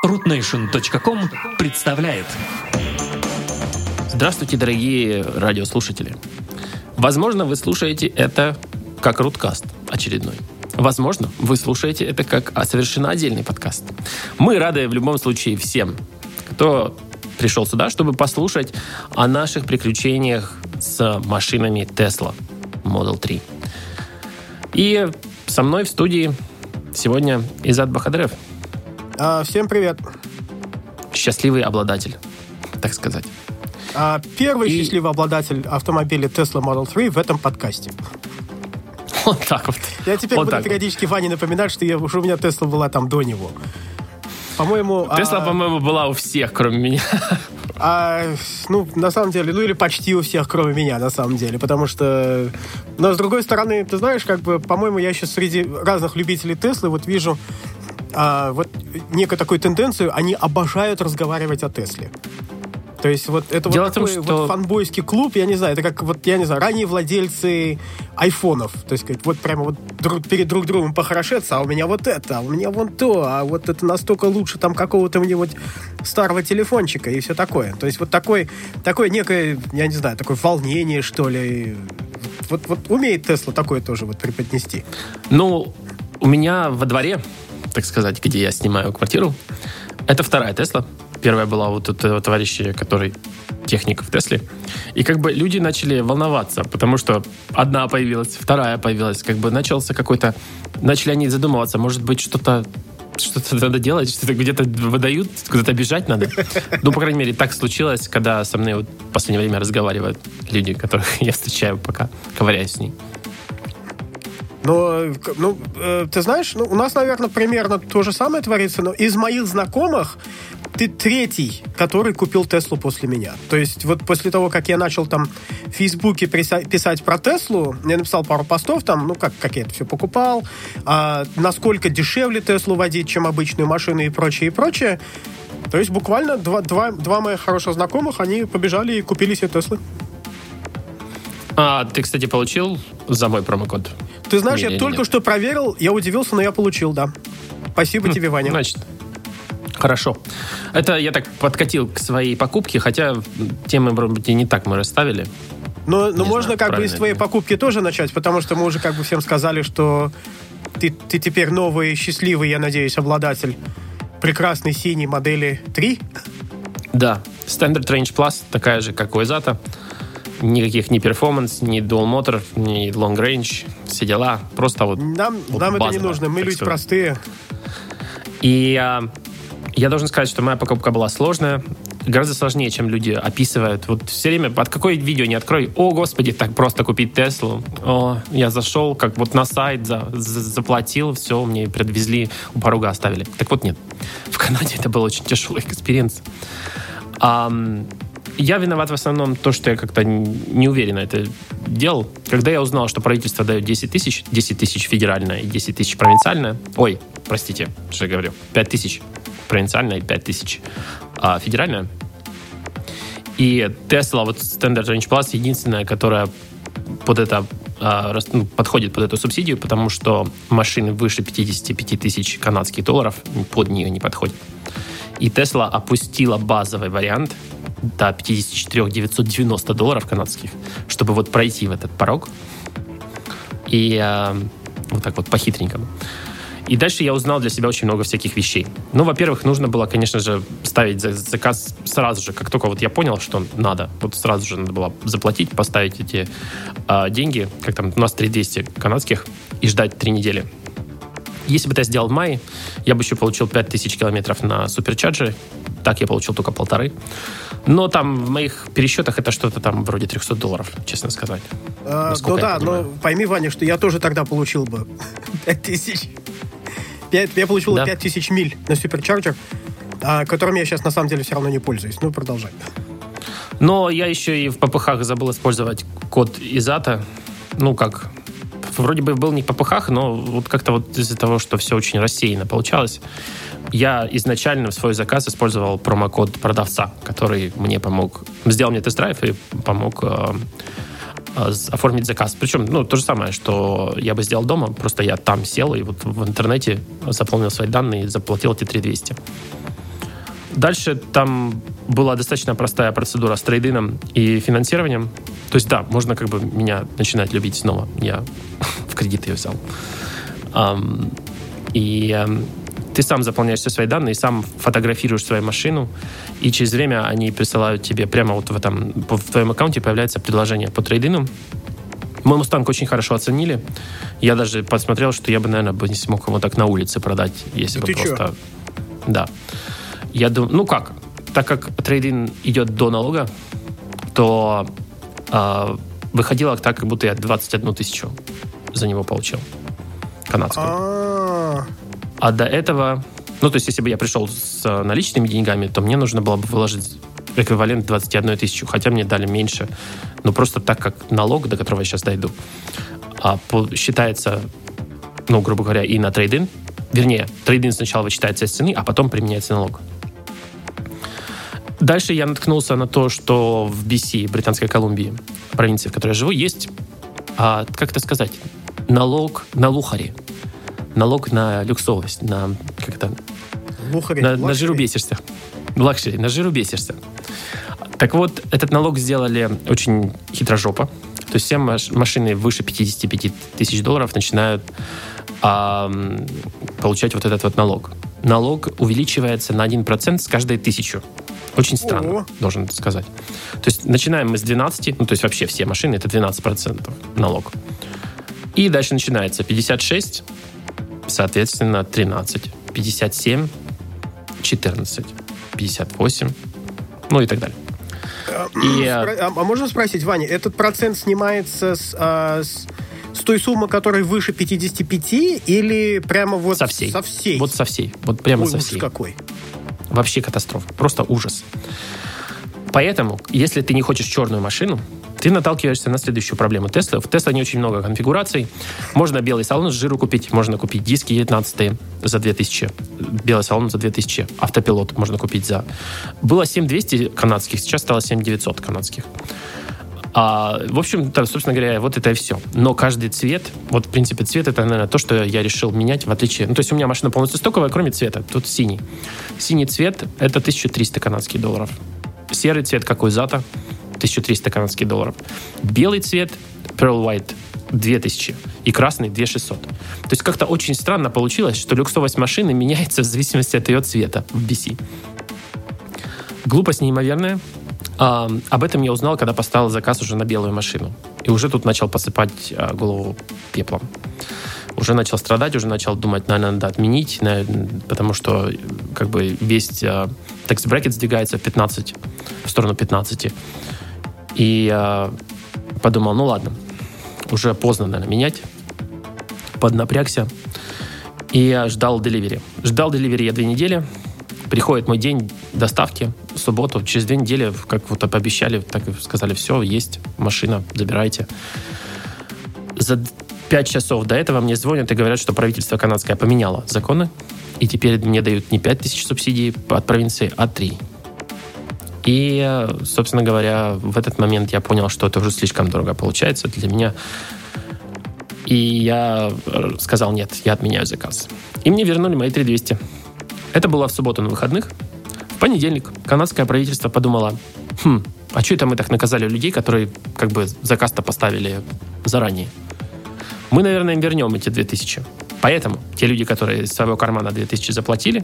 rootnation.com представляет. Здравствуйте, дорогие радиослушатели. Возможно, вы слушаете это как руткаст очередной. Возможно, вы слушаете это как совершенно отдельный подкаст. Мы рады в любом случае всем, кто пришел сюда, чтобы послушать о наших приключениях с машинами Tesla Model 3. И со мной в студии сегодня Изат Бахадрев. Всем привет. Счастливый обладатель, так сказать. Первый счастливый обладатель автомобиля Tesla Model 3 в этом подкасте. Вот так вот. Я теперь буду периодически Ване напоминать, что у меня Tesla была там до него. По-моему... Tesla, по-моему, была у всех, кроме меня. На самом деле, или почти у всех, кроме меня, на самом деле. Потому что... Но, с другой стороны, ты знаешь, по-моему, я сейчас среди разных любителей Теслы вижу некую такую тенденцию, они обожают разговаривать о Тесле. То есть это Дело в том, что... фанбойский клуб, я не знаю, это как ранние владельцы айфонов. То есть прямо перед друг другом похорошиться, а у меня вот это, а у меня вон то, а вот это настолько лучше там какого-то мне старого телефончика и все такое. То есть такое некое, я не знаю, такое волнение, что ли. Умеет Тесла такое тоже преподнести. У меня во дворе, так сказать, где я снимаю квартиру, это вторая Тесла. Первая была у товарища, который техник в Тесле. И люди начали волноваться, потому что одна появилась, вторая появилась. Начался какой-то... Начали они задумываться, может быть, что-то надо делать, что-то где-то выдают, куда-то бежать надо. По крайней мере, так случилось, когда со мной в последнее время разговаривают люди, которых я встречаю, пока ковыряюсь с ней. Ты знаешь, у нас, наверное, примерно то же самое творится, но из моих знакомых ты третий, который купил Теслу после меня. То есть после того, как я начал там в Фейсбуке писать про Теслу, я написал пару постов там, как я это все покупал, насколько дешевле Теслу водить, чем обычную машину и прочее, и прочее. То есть буквально два моих хороших знакомых, они побежали и купили себе Теслы. Ты, кстати, получил за мой промокод? Ты знаешь, я только что проверил, я удивился, но я получил, да. Спасибо тебе, Ваня. Значит, хорошо. Это я так подкатил к своей покупке, хотя темы, может быть, и не так мы расставили. Но можно из твоей покупки тоже начать, потому что мы уже всем сказали, что ты теперь новый, счастливый, я надеюсь, обладатель прекрасной синей модели 3. Да, Standard Range Plus, такая же, как у Изата. Никаких ни перформанс, ни dual motor, ни long range, все дела. Просто Нам это не нужно, мы люди простые. И я должен сказать, что моя покупка была сложная, гораздо сложнее, чем люди описывают. Все время, под какое видео не открой, о, господи, так просто купить Теслу. Я зашел, на сайт, заплатил, все, мне подвезли, у порога оставили. Так нет, в Канаде это был очень тяжелый экспириенс. Я виноват в основном то, что я как-то не уверенно это делал. Когда я узнал, что правительство дает 10 тысяч федеральное и 10 тысяч провинциальное. Ой, простите, что я говорю. 5 тысяч провинциальное и 5 тысяч федеральное. И Tesla, Standard Range Plus, единственная, которая подходит под эту субсидию, потому что машины выше 55 тысяч канадских долларов под нее не подходят. И Tesla опустила базовый вариант до 54 990 долларов канадских, чтобы пройти в этот порог. И по-хитренькому. И дальше я узнал для себя очень много всяких вещей. Во-первых, нужно было, конечно же, ставить заказ сразу же, как только я понял, что надо. Сразу же надо было заплатить, поставить эти деньги, у нас 3200 канадских, и ждать 3 недели. Если бы я сделал в мае, я бы еще получил 5000 километров на суперчарджере. Так я получил только 1500. Но там в моих пересчетах это что-то вроде $300, честно сказать. Но пойми, Ваня, что я тоже тогда получил бы 5000. Я получил 5000 миль на суперчарджер, которым я сейчас на самом деле все равно не пользуюсь. Продолжай. Но я еще и в ППХ забыл использовать код Изата. Вроде бы был не в ППХ, но как-то из-за того, что все очень рассеянно получалось, я изначально в свой заказ использовал промокод продавца, который мне помог, сделал мне тест-драйв и помог оформить заказ. Причем, то же самое, что я бы сделал дома, просто я там сел и в интернете заполнил свои данные и заплатил эти 3200. Дальше там была достаточно простая процедура с трейдином и финансированием. То есть, да, можно как бы меня начинать любить снова. Я в кредит ее взял. Ты сам заполняешь все свои данные, сам фотографируешь свою машину, и через время они присылают тебе прямо вот в твоем аккаунте появляется предложение по трейдину. Мой Мустанг очень хорошо оценили. Я даже посмотрел, что я бы, наверное, не смог его так на улице продать, если бы просто... Чё? Да. Я думаю, так как трейдинг идет до налога, то выходило так, как будто я 21 тысячу за него получил. Канадскую. А до этого... то есть, если бы я пришел с наличными деньгами, то мне нужно было бы выложить эквивалент 21 тысячу, хотя мне дали меньше. Но просто так как налог, до которого я сейчас дойду, считается, грубо говоря, и на трейдинг. Вернее, трейдинг сначала вычитается из цены, а потом применяется налог. Дальше я наткнулся на то, что в BC, Британской Колумбии, провинции, в которой я живу, есть, как это сказать, налог на лухари. Налог на люксовость, на жиру бесишься. Лакшери, на жиру бесишься. Так вот, этот налог сделали очень хитрожопо. То есть все машины выше 55 тысяч долларов начинают получать вот этот вот налог. Налог увеличивается на 1% с каждой 1000. Очень странно, должен сказать. То есть начинаем мы с 12, то есть вообще все машины, это 12% налог. И дальше начинается 56, соответственно, 13, 57, 14, 58, и так далее. Можно спросить, Ваня, этот процент снимается с той суммы, которая выше 55, или прямо вот со всей? Со всей? Вот со всей. Вот прямо со всей. Ужас какой. Вообще катастрофа. Просто ужас. Поэтому, если ты не хочешь черную машину, ты наталкиваешься на следующую проблему Tesla. В Tesla не очень много конфигураций. Можно белый салон с жиру купить, можно купить диски 19 за 2000, белый салон за 2000, автопилот можно купить за... Было 7200 канадских, сейчас стало 7900 канадских. В общем-то, собственно говоря, вот это и все. Но каждый цвет, в принципе, цвет это, наверное, то, что я решил менять, в отличие... то есть у меня машина полностью стоковая, кроме цвета. Тут синий. Синий цвет — это 1300 канадских долларов. Серый цвет, как у Зата, 1300 канадских долларов. Белый цвет, Pearl White, 2000. И красный, 2600. То есть как-то очень странно получилось, что люксовость машины меняется в зависимости от ее цвета в BC. Глупость неимоверная. Об этом я узнал, когда поставил заказ уже на белую машину. И уже тут начал посыпать голову пеплом. Уже начал страдать, уже начал думать, наверное, надо отменить, потому что весь tax bracket сдвигается в сторону 15. И я подумал, ладно, уже поздно, наверное, менять. Поднапрягся. И я ждал деливери. Ждал деливери я 2 недели. Приходит мой день доставки в субботу. Через 2 недели, как пообещали, так и сказали, все, есть машина, забирайте. За 5 часов до этого мне звонят и говорят, что правительство канадское поменяло законы, и теперь мне дают не 5000 субсидий от провинции, а 3. И, собственно говоря, в этот момент я понял, что это уже слишком дорого получается для меня. И я сказал, нет, я отменяю заказ. И мне вернули мои 3200. Это было в субботу на выходных. В понедельник канадское правительство подумало, а что это мы так наказали людей, которые заказ-то поставили заранее? Мы, наверное, им вернем эти 2000. Поэтому те люди, которые из своего кармана 2000 заплатили,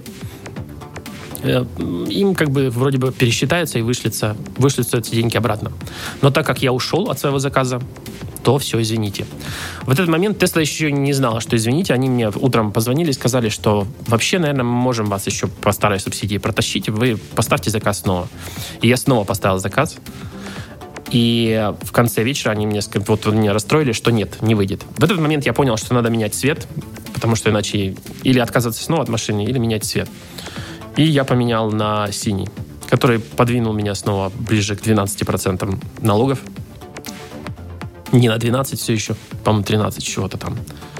им вроде бы пересчитаются и вышлются эти деньги обратно. Но так как я ушел от своего заказа, то все, извините. В этот момент Tesla еще не знала, что извините. Они мне утром позвонили и сказали, что вообще, наверное, мы можем вас еще по старой субсидии протащить, вы поставьте заказ снова. И я снова поставил заказ. И в конце вечера они меня расстроили, что нет, не выйдет. В этот момент я понял, что надо менять цвет, потому что иначе или отказываться снова от машины, или менять цвет. И я поменял на синий, который подвинул меня снова ближе к 12% налогов. Не на 12 все еще, по-моему, 13 чего-то там.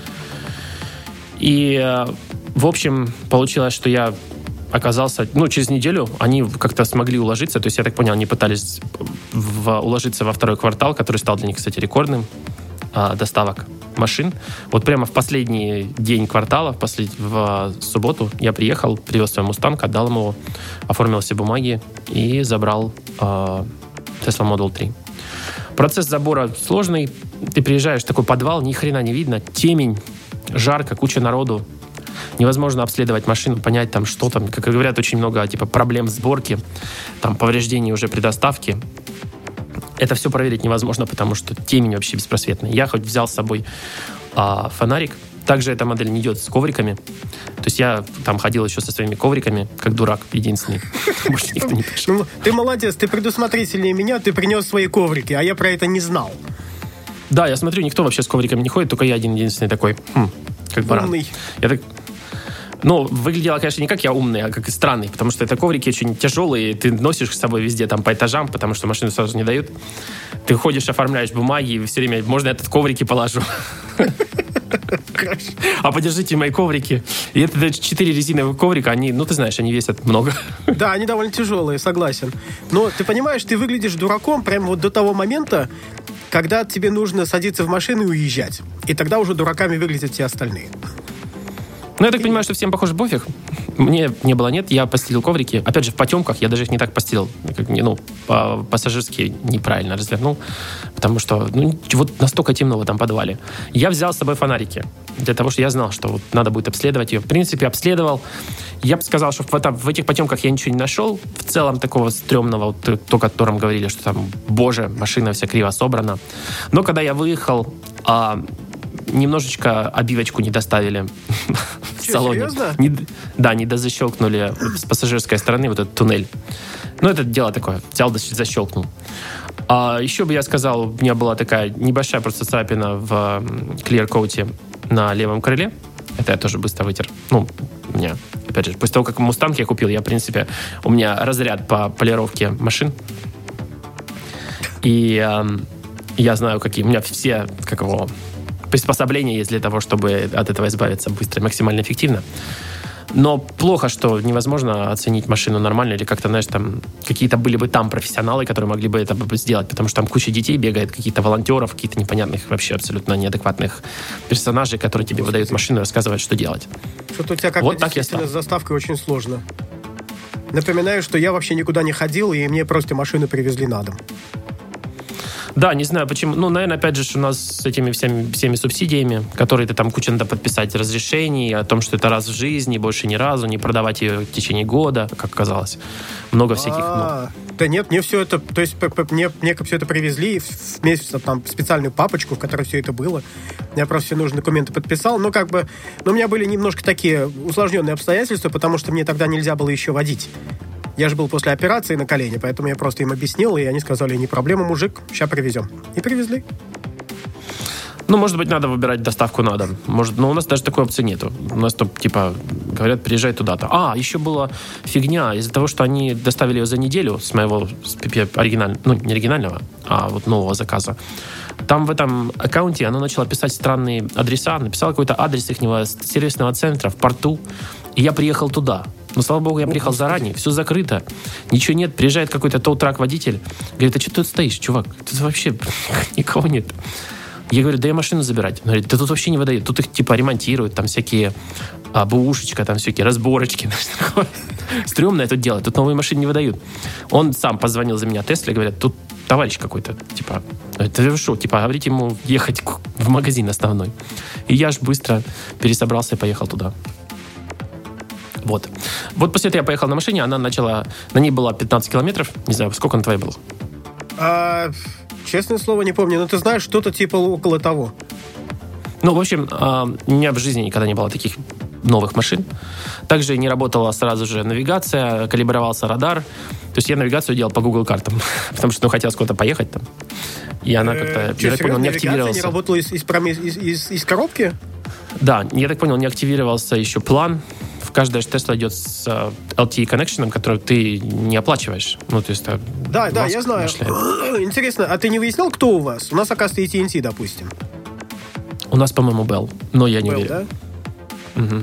И, в общем, получилось, что я оказался... через неделю они как-то смогли уложиться. То есть, я так понял, они пытались уложиться во второй квартал, который стал для них, кстати, рекордным доставок. машин. Вот прямо в последний день квартала, в субботу, я приехал, привез свой Mustang, отдал ему его, оформил все бумаги и забрал Tesla Model 3. Процесс забора сложный. Ты приезжаешь в такой подвал, ни хрена не видно, темень, жарко, куча народу. Невозможно обследовать машину, понять там, что там. Как говорят, очень много типа проблем в сборке, там повреждений уже при доставке. Это все проверить невозможно, потому что темень вообще беспросветная. Я хоть взял с собой фонарик. Также эта модель не идет с ковриками. То есть я там ходил еще со своими ковриками, как дурак единственный. Больше никто не пришел. Ну, ты молодец, ты предусмотрительнее меня, ты принес свои коврики, а я про это не знал. Да, я смотрю, никто вообще с ковриками не ходит, только я один-единственный такой, как баран. Умный. Я так... Ну, выглядело, конечно, не как я умный, а как и странный, потому что это коврики очень тяжелые, ты носишь с собой везде там по этажам, потому что машину сразу не дают. Ты ходишь, оформляешь бумаги, и все время, можно я этот коврики положу? А подержите мои коврики. И это 4 резиновых коврика, они, ну, ты знаешь, они весят много. Да, они довольно тяжелые, согласен. Но ты понимаешь, ты выглядишь дураком прямо вот до того момента, когда тебе нужно садиться в машину и уезжать. И тогда уже дураками выглядят все остальные. Ну, я так понимаю, что всем, похоже, пофиг. Мне не было, нет. Я постелил коврики. Опять же, в потемках я даже их не так постелил. Пассажирски неправильно развернул. Потому что, вот настолько темно в этом подвале. Я взял с собой фонарики. Для того, что я знал, что вот надо будет обследовать ее. В принципе, обследовал. Я бы сказал, что в этих потемках я ничего не нашел. В целом, такого стрёмного, вот, то, о котором говорили, что там, боже, машина вся криво собрана. Но когда я выехал... немножечко обивочку не доставили в салоне. Серьезно? Не дозащелкнули с пассажирской стороны вот этот туннель. Ну, это дело такое. Взял, защелкнул. А еще бы я сказал, у меня была такая небольшая просто царапина в клир-коуте на левом крыле. Это я тоже быстро вытер. Ну, у меня, опять же, после того, как Mustang я купил, я, в принципе, у меня разряд по полировке машин. И я знаю, какие у меня все, приспособления есть для того, чтобы от этого избавиться быстро и максимально эффективно. Но плохо, что невозможно оценить машину нормально, или как-то, знаешь, там какие-то были бы там профессионалы, которые могли бы это сделать, потому что там куча детей бегает, какие-то волонтеров, какие-то непонятных, вообще абсолютно неадекватных персонажей, которые тебе выдают машину и рассказывают, что делать. Что-то у тебя как-то вот так действительно с доставкой очень сложно. Напоминаю, что я вообще никуда не ходил, и мне просто машину привезли на дом. Да, не знаю почему. Ну, наверное, опять же, у нас с этими всеми субсидиями, которые ты там куча надо подписать разрешений, о том, что это раз в жизни, больше ни разу, не продавать ее в течение года, как оказалось. Много всяких... Да нет, мне все это... То есть мне все это привезли вместе там специальную папочку, в которой все это было. Я просто все нужные документы подписал. Но у меня были немножко такие усложненные обстоятельства, потому что мне тогда нельзя было еще водить. Я же был после операции на колене, поэтому я просто им объяснил, и они сказали, не проблема, мужик, сейчас привезем. И привезли. Ну, может быть, надо выбирать доставку на дом. Но у нас даже такой опции нету. У нас тут, говорят, приезжай туда-то. Еще была фигня. Из-за того, что они доставили ее за неделю с моего оригинального, не оригинального, а вот нового заказа. Там в этом аккаунте она начала писать странные адреса. Написала какой-то адрес их сервисного центра в порту. И я приехал туда. Но, слава богу, я приехал заранее, все закрыто, ничего нет. Приезжает какой-то тоу-трак-водитель, говорит, а что ты тут стоишь, чувак? Тут вообще никого нет. Я говорю, да я машину забирать. Он говорит, да тут вообще не выдают, тут их ремонтируют, там всякие бэушечка, там всякие разборочки. Стрёмно это делать, тут новые машины не выдают. Он сам позвонил за меня Тесле, говорят, тут товарищ какой-то, это что, говорите ему ехать в магазин основной. И я ж быстро пересобрался и поехал туда. Вот после этого я поехал на машине, она начала... На ней было 15 километров. Не знаю, сколько на твоей было? Честное слово, не помню. Но ты знаешь, что-то около того. Ну, в общем, у меня в жизни никогда не было таких новых машин. Также не работала сразу же навигация, калибровался радар. То есть я навигацию делал по Google картам, потому что хотел куда-то поехать там. И она как-то, я так понял, не активировался. Не работала из коробки? Да, я так понял, не активировался еще план. Каждая Tesla идет с LTE connection, который ты не оплачиваешь. Ну, то есть, да, я знаю. Интересно, а ты не выяснял, кто у вас? У нас, оказывается, AT&T, допустим. У нас, по-моему, Bell, но я не уверен. Да? Угу.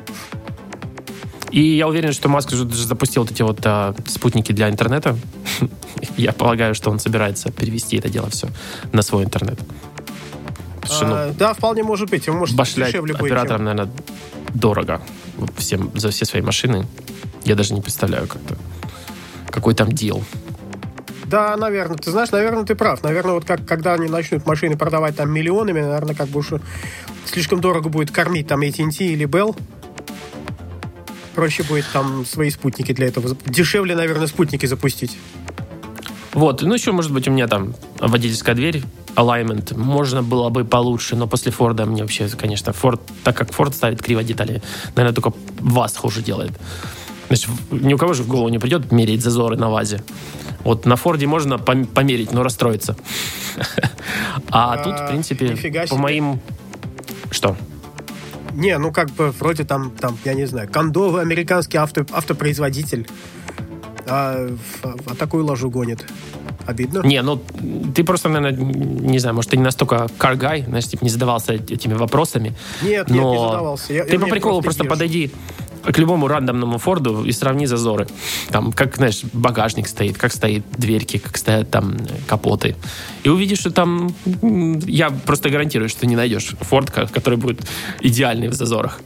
И я уверен, что Маск уже запустил вот эти спутники для интернета. Я полагаю, что он собирается перевести это дело все на свой интернет. Слушай, да, вполне может быть. Он может башлять дешевле будет, операторам, наверное, дорого всем за все свои машины. Я даже не представляю, какой там дел. Да, наверное. Ты знаешь, наверное, ты прав. Наверное, вот когда они начнут машины продавать там миллионами, наверное, как бы уж слишком дорого будет кормить там AT&T или Bell. Проще будет там свои спутники для этого. Дешевле, наверное, спутники запустить. Вот. Ну, еще, может быть, у меня там водительская дверь, alignment. Можно было бы получше, но после Форда мне вообще, конечно, так как Форд ставит криво детали, наверное, только ВАЗ хуже делает. Значит, ни у кого же в голову не придет мерить зазоры на ВАЗе. Вот на Форде можно померить, но расстроиться. А тут, в принципе, по моим... Что? Не, ну как бы вроде там я не знаю, кондовый американский автопроизводитель, а такую ложу гонит. Обидно. Не, ну ты просто, наверное, не знаю, может, ты не настолько car guy, знаешь, типа не задавался этими вопросами. Нет, не задавался. Ты по приколу просто подойди к любому рандомному Форду и сравни зазоры. Там, как, знаешь, багажник стоит, как стоят дверки, как стоят там капоты. И увидишь, что там... Я просто гарантирую, что ты не найдешь Форд, который будет идеальный в зазорах.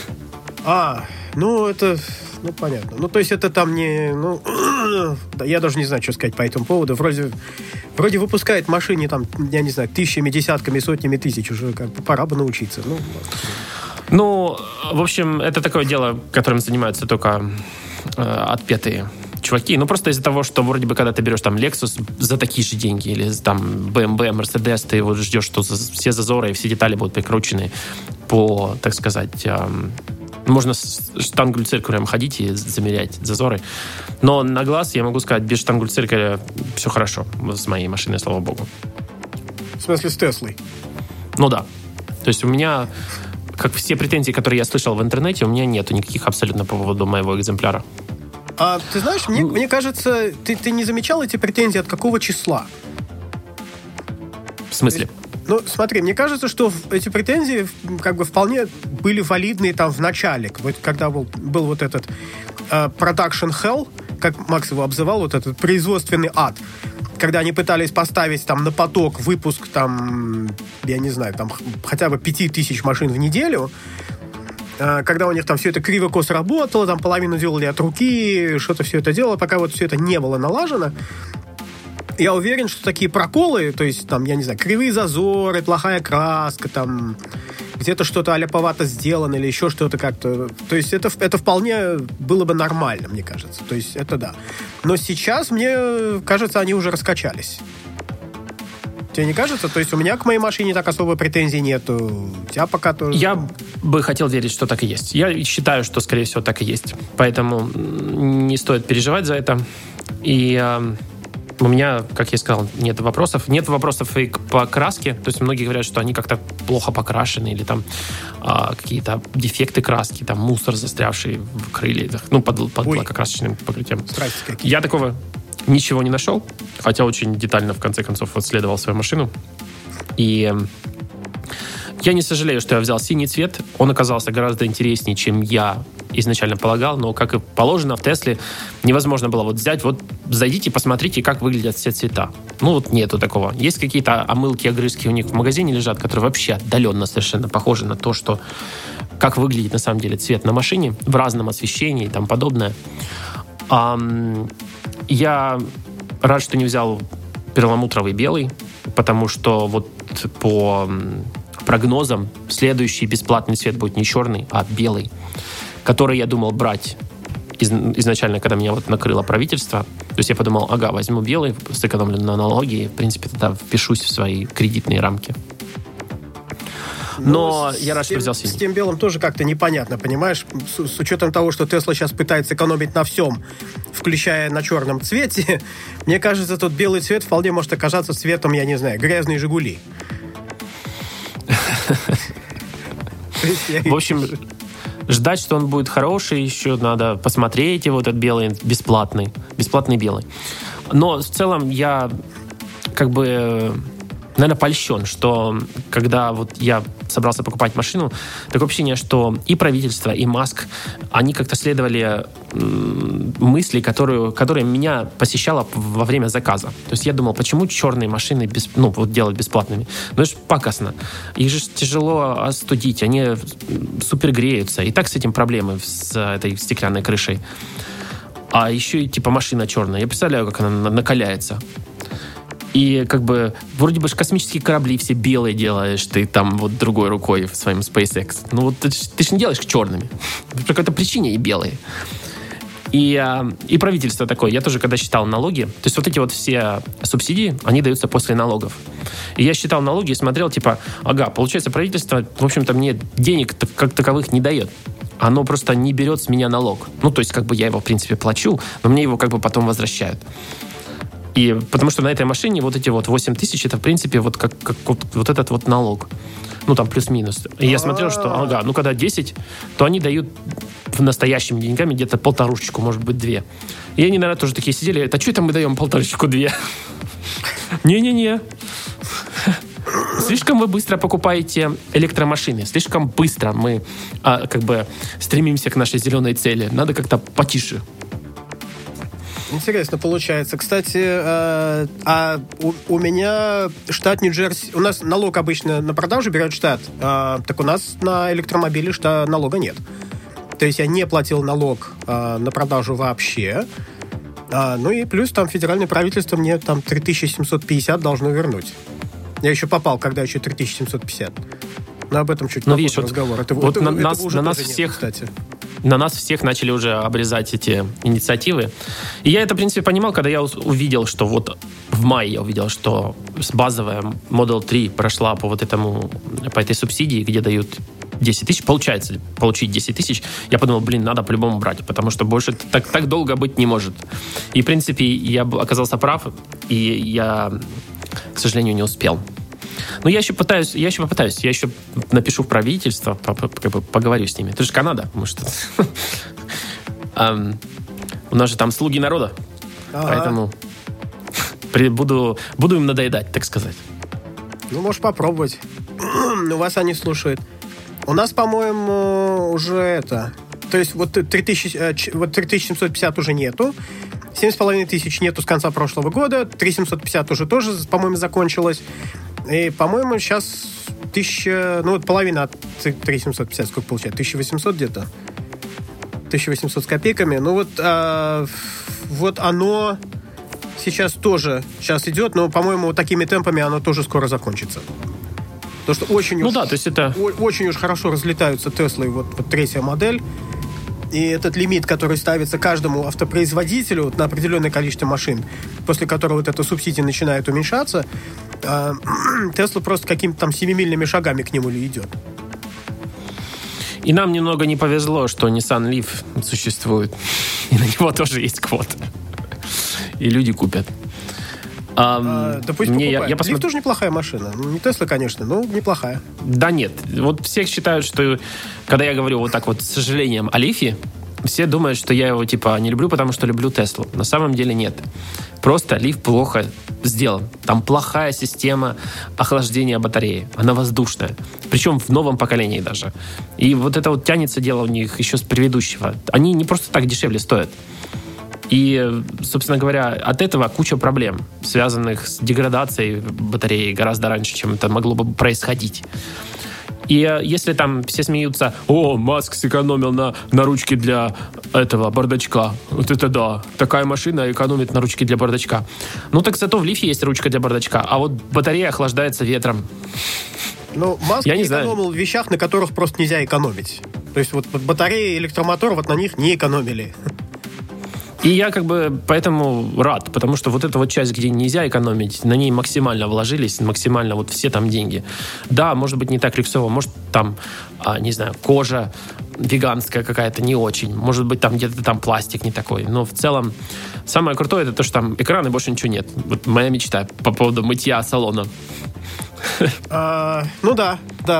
Ну, это... Ну, понятно. Ну, то есть это там не... Ну, я даже не знаю, что сказать по этому поводу. Вроде выпускает машины там, я не знаю, тысячами, десятками, сотнями тысяч. Уже как бы пора бы научиться. Ну, в общем, это такое дело, которым занимаются только отпетые чуваки. Ну, просто из-за того, что вроде бы, когда ты берешь там Lexus за такие же деньги, или там BMW, Mercedes, ты вот ждешь, что все зазоры и все детали будут прикручены по, так сказать... Можно с штангель-циркулем ходить и замерять зазоры. Но на глаз, я могу сказать, без штангель-циркуля все хорошо с моей машиной, слава богу. В смысле, с Теслой? Ну да. То есть у меня, как все претензии, которые я слышал в интернете, у меня нету никаких абсолютно по поводу моего экземпляра. А ты знаешь, мне кажется, ты не замечал эти претензии от какого числа? В смысле? Ну, смотри, мне кажется, что эти претензии как бы вполне были валидны там в начале, вот, когда был вот этот production hell, как Макс его обзывал, вот этот производственный ад, когда они пытались поставить там на поток выпуск там, я не знаю, там хотя бы 5000 машин в неделю, когда у них там все это криво-косо работало, там половину делали от руки, что-то все это делало, пока вот все это не было налажено. Я уверен, что такие проколы, то есть, там, я не знаю, кривые зазоры, плохая краска, там, где-то что-то аляповато сделано или еще что-то как-то. То есть, это вполне было бы нормально, мне кажется. То есть, это да. Но сейчас, мне кажется, они уже раскачались. Тебе не кажется? То есть, у меня к моей машине так особо претензий нету. У тебя пока тоже... Я бы хотел верить, что так и есть. Я считаю, что, скорее всего, так и есть. Поэтому не стоит переживать за это. И... У меня, как я сказал, нет вопросов. Нет вопросов и по краске. То есть многие говорят, что они как-то плохо покрашены или там какие-то дефекты краски, там мусор застрявший в крыльях, ну, под лакокрасочным покрытием. Я такого ничего не нашел, хотя очень детально, в конце концов, исследовал свою машину. И я не сожалею, что я взял синий цвет. Он оказался гораздо интереснее, чем я изначально полагал, но, как и положено в Тесле, невозможно было вот взять, вот зайдите, посмотрите, как выглядят все цвета. Ну, вот нету такого. Есть какие-то омылки, огрызки у них в магазине лежат, которые вообще отдаленно совершенно похожи на то, что как выглядит на самом деле цвет на машине в разном освещении и тому подобное. Я рад, что не взял перламутровый белый, потому что вот по прогнозам следующий бесплатный цвет будет не черный, а белый, который я думал брать изначально, когда меня вот накрыло правительство. То есть я подумал, возьму белый, сэкономлю на налоги, в принципе, тогда впишусь в свои кредитные рамки. Но я рад, что взял синий. С тем белым тоже как-то непонятно, понимаешь? С учетом того, что Tesla сейчас пытается экономить на всем, включая на черном цвете, мне кажется, тот белый цвет вполне может оказаться цветом, я не знаю, грязной «Жигули». В общем, ждать, что он будет хороший, еще надо посмотреть его, этот белый, бесплатный белый. Но в целом я как бы, наверное, польщен, что когда вот я собрался покупать машину, такое ощущение, что и правительство, и Маск, они как-то следовали мысли, которые меня посещала во время заказа. То есть я думал, почему черные машины делать бесплатными? Ну, это же пакостно. Их же тяжело остудить, они супер греются. И так с этим проблемы с этой стеклянной крышей. А еще и типа машина черная. Я представляю, как она накаляется. И как бы вроде бы космические корабли все белые делаешь ты там вот другой рукой в своем SpaceX. Ну вот ты ж не делаешь черными. По какой-то причине и белые. И правительство такое. Я тоже когда считал налоги, то есть вот эти вот все субсидии, они даются после налогов. И я считал налоги и смотрел, типа, получается, правительство, в общем-то, мне денег как таковых не дает. Оно просто не берет с меня налог. Ну, то есть как бы я его, в принципе, плачу, но мне его как бы потом возвращают. И потому что на этой машине вот эти вот 8 тысяч, это, в принципе, вот как вот этот вот налог. Ну, там плюс-минус. И я смотрел, что, когда 10, то они дают настоящими деньгами где-то 1,5, может быть, 2. И они, наверное, тоже такие сидели, а что это мы даем 1,5-2? Не-не-не. Слишком вы быстро покупаете электромашины. Слишком быстро мы как бы стремимся к нашей зеленой цели. Надо как-то потише. Интересно получается. Кстати, у меня штат Нью-Джерси... У нас налог обычно на продажу берет штат. Так у нас на электромобиле налога нет. То есть я не платил налог на продажу вообще. Ну и плюс там федеральное правительство мне там 3750 должно вернуть. Я еще попал, когда еще 3750. Но об этом чуть попозже разговор. На нас всех начали уже обрезать эти инициативы. И я это, в принципе, понимал, когда я увидел, что вот в мае я увидел, что базовая Model 3 прошла по этой субсидии, где дают 10 тысяч. Получается получить 10 тысяч. Я подумал, надо по-любому брать, потому что больше так долго быть не может. И, в принципе, я оказался прав, и я, к сожалению, не успел. Но я еще попытаюсь. Я еще напишу в правительство, поговорю с ними. Это же Канада, может. У нас же там слуги народа. Поэтому буду им надоедать, так сказать. Ну, можешь попробовать. У вас они слушают. У нас, по-моему, уже это... То есть вот 3750 уже нету. 7,5 тысяч нету с конца прошлого года. 3750 уже тоже, по-моему, закончилось. И, по-моему, сейчас 1000... Ну, вот половина от 3750 сколько получается? 1800 где-то? 1800 с копейками. Ну, вот оно сейчас тоже идет, но, по-моему, вот такими темпами оно тоже скоро закончится. Потому что очень уж хорошо разлетаются Теслы, вот третья модель. И этот лимит, который ставится каждому автопроизводителю на определенное количество машин, после которого вот эта субсидия начинает уменьшаться, Тесла просто какими-то там семимильными шагами к нему идет. И нам немного не повезло, что Nissan Leaf существует. И на него тоже есть квота. И люди купят. Да пусть покупают. Leaf тоже неплохая машина. Не Тесла, конечно, но неплохая. Да нет. Вот все считают, что когда я говорю вот так вот с сожалением о Лифе, все думают, что я его не люблю, потому что люблю Теслу. На самом деле нет. Просто Leaf плохо сделан. Там плохая система охлаждения батареи. Она воздушная. Причем в новом поколении даже. И вот это вот тянется дело у них еще с предыдущего. Они не просто так дешевле стоят. И, собственно говоря, от этого куча проблем, связанных с деградацией батареи гораздо раньше, чем это могло бы происходить. И если там все смеются, Маск сэкономил на ручке для этого бардачка. Вот это да, такая машина экономит на ручке для бардачка. Ну так зато в Лифе есть ручка для бардачка, а вот батарея охлаждается ветром. Ну, Маск экономил в вещах, на которых просто нельзя экономить. То есть вот батареи, электромотор, вот на них не экономили. И я поэтому рад, потому что вот эта вот часть, где нельзя экономить, на ней максимально вложились, максимально вот все там деньги. Да, может быть, не так люксово, может там, не знаю, кожа веганская какая-то не очень, может быть, там где-то там пластик не такой, но в целом самое крутое это то, что там экран и больше ничего нет. Вот моя мечта по поводу мытья салона. Ну да.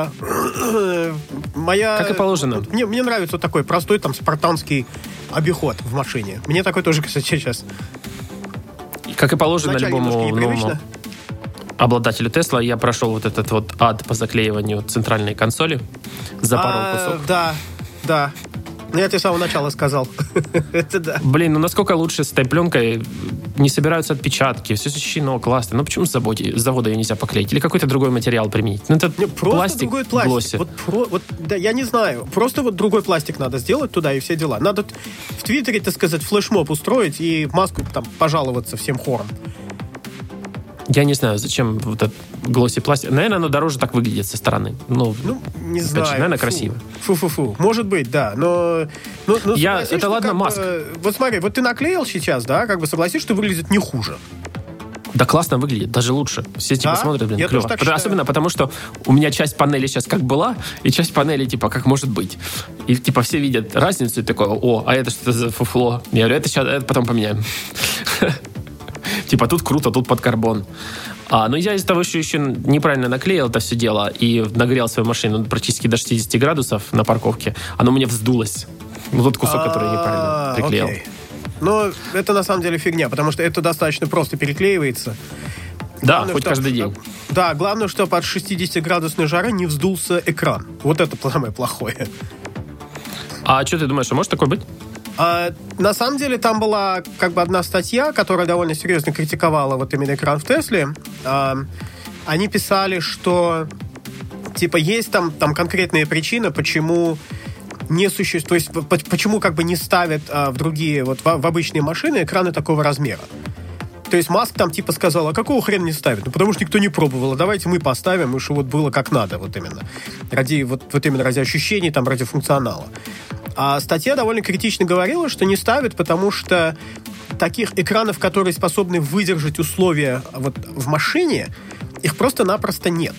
Как и положено. Мне нравится вот такой простой там спартанский обиход в машине. Мне такой тоже, кстати, сейчас. Как и положено любому новому. обладателю Tesla, я прошел вот этот вот ад по заклеиванию центральной консоли. Запорол кусок. Да. Я тебе с самого начала сказал. Это да. Блин, ну насколько лучше с этой пленкой не собираются отпечатки, все защищено, классно. Ну почему с завода ее нельзя поклеить? Или какой-то другой материал применить? Ну это просто другой пластик. Да, я не знаю. Просто вот другой пластик надо сделать туда и все дела. Надо в Твиттере, так сказать, флешмоб устроить и Маску там пожаловаться всем хором. Я не знаю, зачем вот этот глосси пластик. Наверное, оно дороже так выглядит со стороны. Ну не знаю. Наверное, красиво. Фу. Может быть, да. Но это ладно, Маск. Вот смотри, вот ты наклеил сейчас, да, как бы согласись, что выглядит не хуже. Да классно выглядит, даже лучше. Все типа смотрят, блин, клево. Особенно потому, что у меня часть панели сейчас как была, и часть панели типа как может быть. И типа все видят разницу и такое, а это что за фуфло? Я говорю, это потом поменяем. Типа тут круто, тут под карбон. Но я из-за того, что еще неправильно наклеил это все дело и нагрел свою машину практически до 60 градусов на парковке, оно у меня вздулось. Ну, тот кусок, который я неправильно приклеил. Окей. Но это на самом деле фигня, потому что это достаточно просто переклеивается. Да, главное, хоть каждый день. Да, главное, чтобы от 60-градусной жары не вздулся экран. Вот это самое плохое. А что ты думаешь, может такое быть? На самом деле там была как бы одна статья, которая довольно серьезно критиковала вот именно экран в Тесле. Они писали, что типа есть там конкретные причины, почему не существует, то есть почему как бы не ставят в другие, вот в обычные машины экраны такого размера. То есть Маск там типа сказал, а какого хрена не ставят? Ну, потому что никто не пробовал, давайте мы поставим, и что вот было как надо, вот именно. Ради ощущений, там, ради функционала. А статья довольно критично говорила, что не ставят, потому что таких экранов, которые способны выдержать условия вот в машине, их просто-напросто нет.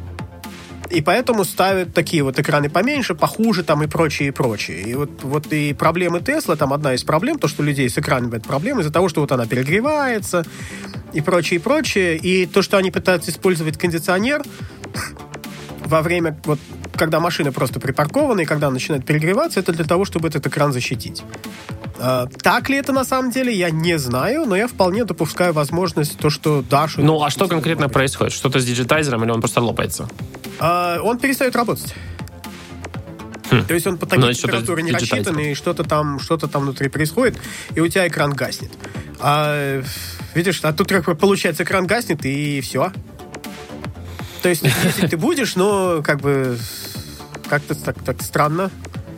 И поэтому ставят такие вот экраны поменьше, похуже там и прочее, и прочее. И вот и проблемы Tesla, там одна из проблем, то, что у людей с экранами это проблема из-за того, что вот она перегревается и прочее, и прочее. И то, что они пытаются использовать кондиционер во время, вот, когда машина просто припаркована, и когда она начинает перегреваться, это для того, чтобы этот экран защитить. Так ли это на самом деле, я не знаю, но я вполне допускаю возможность, то, что Даша... Ну, а что конкретно происходит? Что-то с диджитайзером или он просто лопается? Он перестает работать. То есть он по такой температуре не рассчитан, и что-то там внутри происходит, и у тебя экран гаснет. Видишь, а тут получается экран гаснет, и все. То есть если ты будешь, но как бы как-то так странно.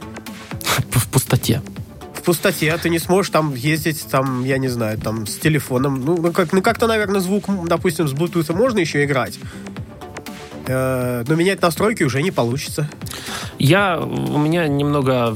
В пустоте. В пустоте, ты не сможешь там ездить, там, я не знаю, там, с телефоном. Ну как-то, наверное, звук, допустим, с Bluetooth можно еще играть. Но менять настройки уже не получится. У меня немного...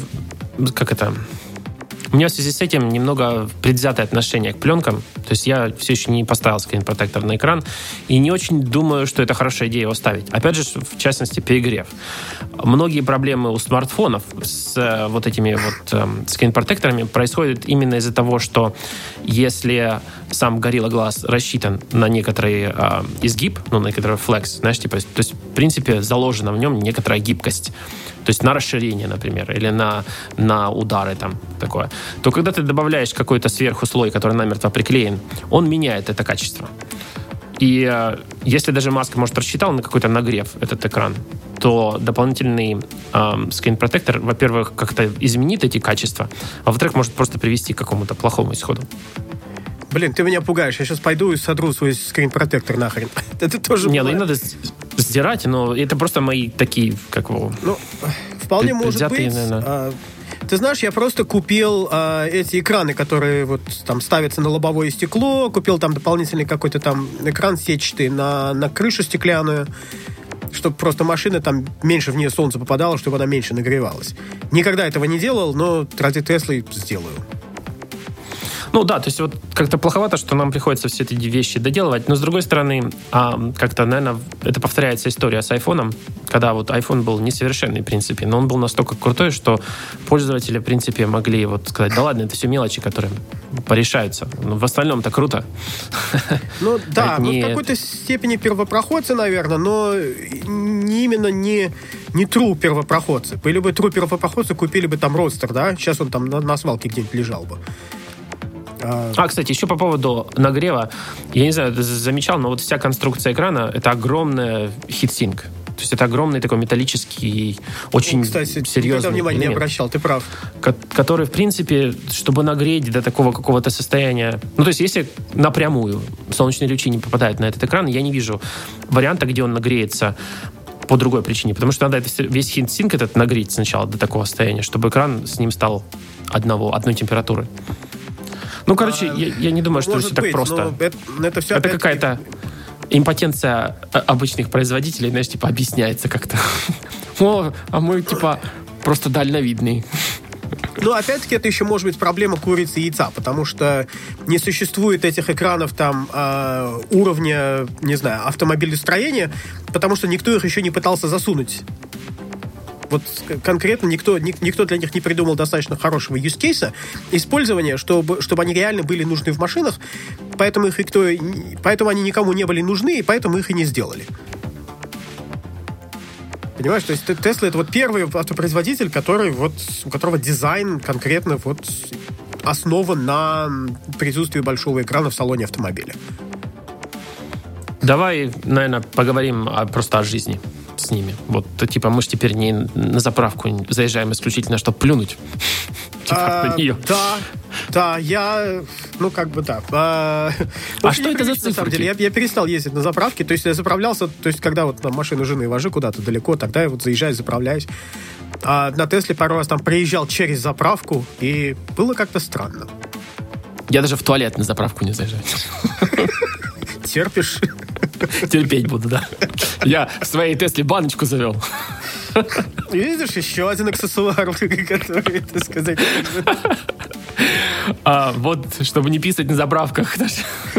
У меня в связи с этим немного предвзятое отношение к пленкам. То есть я все еще не поставил скрин-протектор на экран и не очень думаю, что это хорошая идея его ставить. Опять же, в частности, перегрев. Многие проблемы у смартфонов с вот этими вот скрин-протекторами происходят именно из-за того, что если сам Gorilla Glass рассчитан на некоторый изгиб, на некоторый флекс, знаешь, типа, то есть, в принципе, заложена в нем некоторая гибкость. То есть на расширение, например, или на удары там такое, то когда ты добавляешь какой-то сверху слой, который намертво приклеен, он меняет это качество. И если даже Маск, может, рассчитал на какой-то нагрев этот экран, то дополнительный скрин-протектор, во-первых, как-то изменит эти качества, а во-вторых, может просто привести к какому-то плохому исходу. Блин, ты меня пугаешь. Я сейчас пойду и содру свой скрин-протектор нахрен. Это тоже... Не, ну не надо сдирать, но это просто мои такие, как его... Ну, вполне может быть. Ты знаешь, я просто купил эти экраны, которые вот там ставятся на лобовое стекло, купил там дополнительный какой-то там экран сетчатый на крышу стеклянную, чтобы просто машина там меньше в нее солнце попадало, чтобы она меньше нагревалась. Никогда этого не делал, но ради Теслы сделаю. Ну да, то есть вот как-то плоховато, что нам приходится все эти вещи доделывать, но с другой стороны, как-то, наверное, это повторяется история с айфоном, когда вот iPhone был несовершенный, в принципе, но он был настолько крутой, что пользователи, в принципе, могли вот сказать, да ладно, это все мелочи, которые порешаются. Но в остальном-то круто. Ну да, в какой-то степени первопроходцы, наверное, но именно не true первопроходцы. Были бы true первопроходцы, купили бы там Roadster, да? Сейчас он там на свалке где-нибудь лежал бы. Кстати, еще по поводу нагрева. Я не знаю, ты замечал, но вот вся конструкция экрана — это огромный heatsink. То есть это огромный такой металлический, очень серьезный элемент. Внимания не обращал, ты прав. Который, в принципе, чтобы нагреть до такого какого-то состояния... Ну, то есть если напрямую солнечные лучи не попадают на этот экран, я не вижу варианта, где он нагреется по другой причине. Потому что надо весь heatsink этот нагреть сначала до такого состояния, чтобы экран с ним стал одной температуры. Ну, короче, я не думаю, что все так просто. Это какая-то импотенция обычных производителей, знаешь, типа объясняется как-то. А мы, типа, просто дальновидные. Ну, опять-таки, это еще может быть проблема курицы и яйца, потому что не существует этих экранов там уровня, не знаю, автомобилестроения, потому что никто их еще не пытался засунуть. Вот конкретно никто для них не придумал достаточно хорошего юзкейса использования, чтобы они реально были нужны в машинах, поэтому они никому не были нужны, и поэтому их и не сделали. Понимаешь, то есть Tesla — это вот первый автопроизводитель, у которого дизайн конкретно основан на присутствии большого экрана в салоне автомобиля. Давай, наверное, поговорим просто о жизни с ними. Вот, типа, мы же теперь не на заправку заезжаем исключительно, чтобы плюнуть. На нее. Да, я... Ну, как бы, да. Что это за цифры? На самом деле, я перестал ездить на заправке. То есть, я заправлялся, то есть, когда вот машину жены вожу куда-то далеко, тогда я вот заезжаю, заправляюсь. А на Тесле пару раз там проезжал через заправку, и было как-то странно. Я даже в туалет на заправку не заезжаю. Терпишь? Терпеть буду, да. Я в своей Тесле баночку завел. Видишь, еще один аксессуар, который, так сказать... Вот, чтобы не писать на заправках даже.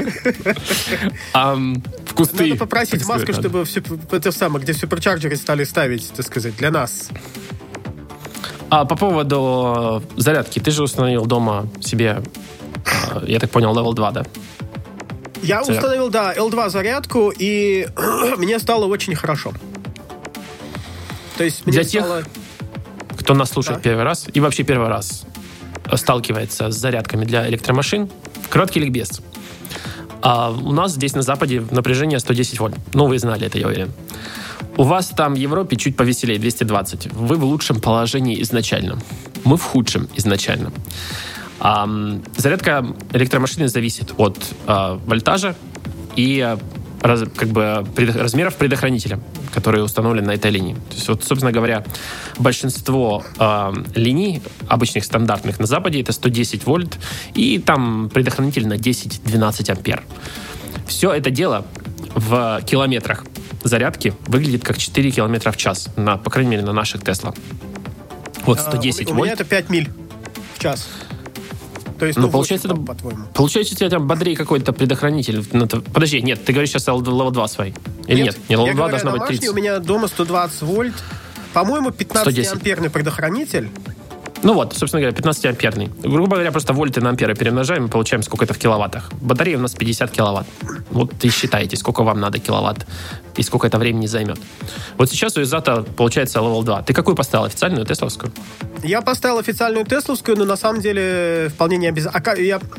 В кусты. Надо попросить Маску, чтобы это самое, где суперчарджеры стали ставить, так сказать, для нас. По поводу зарядки. Ты же установил дома себе, я так понял, Level 2, да? Я установил, да, L2 зарядку, и мне стало очень хорошо. То есть мне для тех, кто нас слушает первый раз и вообще первый раз сталкивается с зарядками для электромашин, краткий ликбез. У нас здесь на Западе напряжение 110 вольт. Ну, вы знали это, я уверен. У вас там в Европе чуть повеселее, 220. Вы в лучшем положении изначально. Мы в худшем изначально. Зарядка электромашины зависит от вольтажа и размеров предохранителя, которые установлены на этой линии. То есть, вот, собственно говоря, большинство линий, обычных стандартных на Западе, это 110 вольт, и там предохранитель на 10-12 ампер. Все это дело в километрах зарядки выглядит как 4 километра в час, по крайней мере, на наших Tesla. Вот 110 вольт. У меня это 5 миль в час. То есть, получается, 8, по-твоему. Получается, у тебя там бодрее какой-то предохранитель. Подожди, нет, ты говоришь сейчас Level 2 свои. Или нет? Level 2 должна быть 30. У меня дома 120 вольт. По-моему, 15-амперный предохранитель. Ну вот, собственно говоря, 15-амперный. Грубо говоря, просто вольты на амперы перемножаем и получаем, сколько это в киловаттах. Батарея у нас 50 киловатт. Вот и считайте, сколько вам надо киловатт и сколько это времени займет. Вот сейчас у Изата получается Level 2. Ты какую поставил? Официальную, тесловскую? Я поставил официальную тесловскую, но на самом деле вполне не обязательно.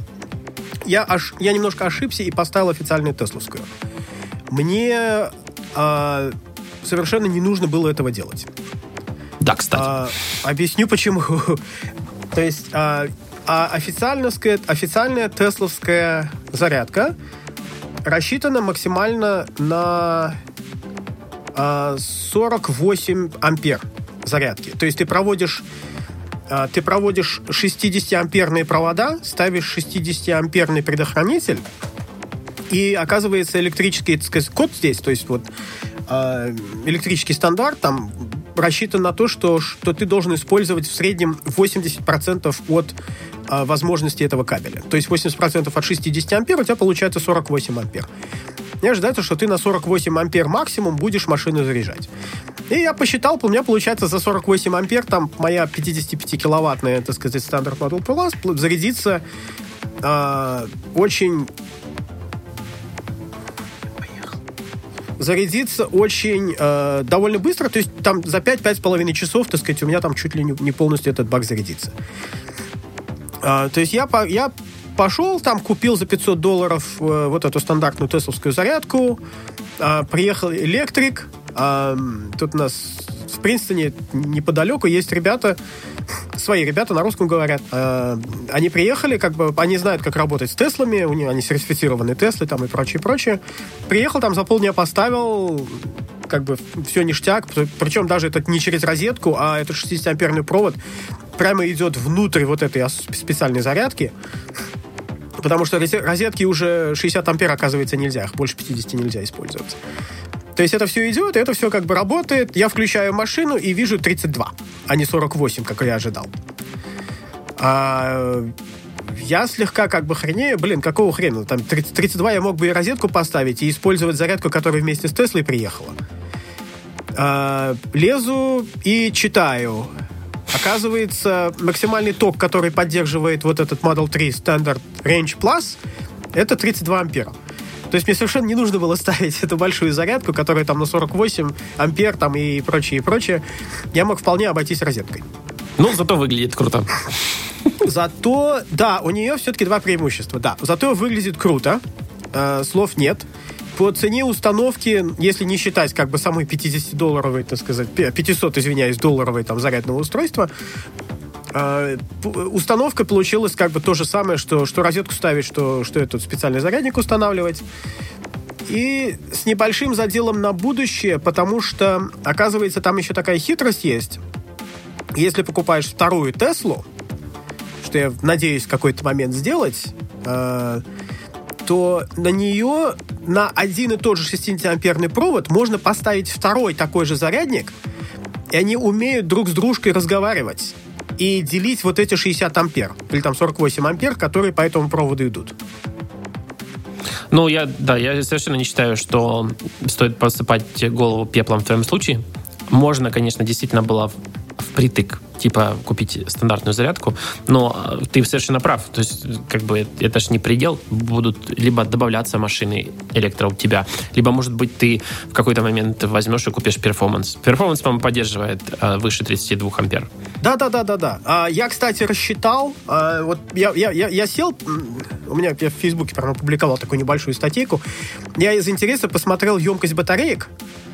Я немножко ошибся и поставил официальную тесловскую. Мне совершенно не нужно было этого делать. Да, кстати. Объясню, почему. То есть официальная тесловская зарядка рассчитана максимально на 48 ампер зарядки. То есть ты проводишь 60-амперные провода, ставишь 60-амперный предохранитель, и оказывается электрический, так сказать, код здесь, то есть вот электрический стандарт там рассчитан на то, что ты должен использовать в среднем 80% от возможности этого кабеля. То есть 80% от 60 ампер у тебя получается 48 ампер. И ожидается, что ты на 48 ампер максимум будешь машину заряжать. И я посчитал, у меня получается за 48 ампер там моя 55-киловаттная, так сказать, стандарт Model Plus зарядится очень довольно быстро, то есть там за 5-5,5 часов, так сказать, у меня там чуть ли не полностью этот бак зарядится. То есть я пошел, там купил за $500 вот эту стандартную тесловскую зарядку, приехал электрик, тут у нас в Принстоне неподалеку есть ребята, свои ребята на русском говорят. Они приехали, как бы, они знают, как работать с Теслами, у них они сертифицированные Теслы там и прочее. Приехал, там за полдня поставил, как бы все ништяк, причем даже это не через розетку, а это 60-амперный провод прямо идет внутрь вот этой специальной зарядки, потому что розетки уже 60 ампер, оказывается, нельзя, их больше 50 нельзя использовать. То есть это все идет, и это все как бы работает. Я включаю машину и вижу 32, а не 48, как я ожидал. Я слегка как бы хренею. Блин, какого хрена? Там 32 я мог бы и розетку поставить, и использовать зарядку, которая вместе с Теслой приехала. Лезу и читаю. Оказывается, максимальный ток, который поддерживает вот этот Model 3 Standard Range Plus, это 32 ампера. То есть мне совершенно не нужно было ставить эту большую зарядку, которая там на 48 ампер там и прочее. Я мог вполне обойтись розеткой. Ну, зато выглядит круто. Зато, да, у нее все-таки два преимущества. Да, зато выглядит круто. Слов нет. По цене установки, если не считать как бы самой $50-долларовой, так сказать, 500, извиняюсь, долларовой там зарядного устройства, установка получилась как бы то же самое, что розетку ставить, что этот специальный зарядник устанавливать. И с небольшим заделом на будущее, потому что, оказывается, там еще такая хитрость есть. Если покупаешь вторую Теслу, что я надеюсь в какой-то момент сделать, то на нее на один и тот же 60-амперный провод можно поставить второй такой же зарядник, и они умеют друг с дружкой разговаривать и делить вот эти 60 ампер, или там 48 ампер, которые по этому проводу идут. Ну, я совершенно не считаю, что стоит посыпать голову пеплом в твоем случае. Можно, конечно, действительно было впритык, типа, купить стандартную зарядку, но ты совершенно прав. То есть, как бы, это же не предел. Будут либо добавляться машины электро у тебя, либо, может быть, ты в какой-то момент возьмешь и купишь перформанс. Перформанс, по-моему, поддерживает выше 32 ампер. Да. Я, кстати, рассчитал, вот я сел, у меня я в Фейсбуке прямо опубликовал такую небольшую статейку, я из интереса посмотрел емкость батареек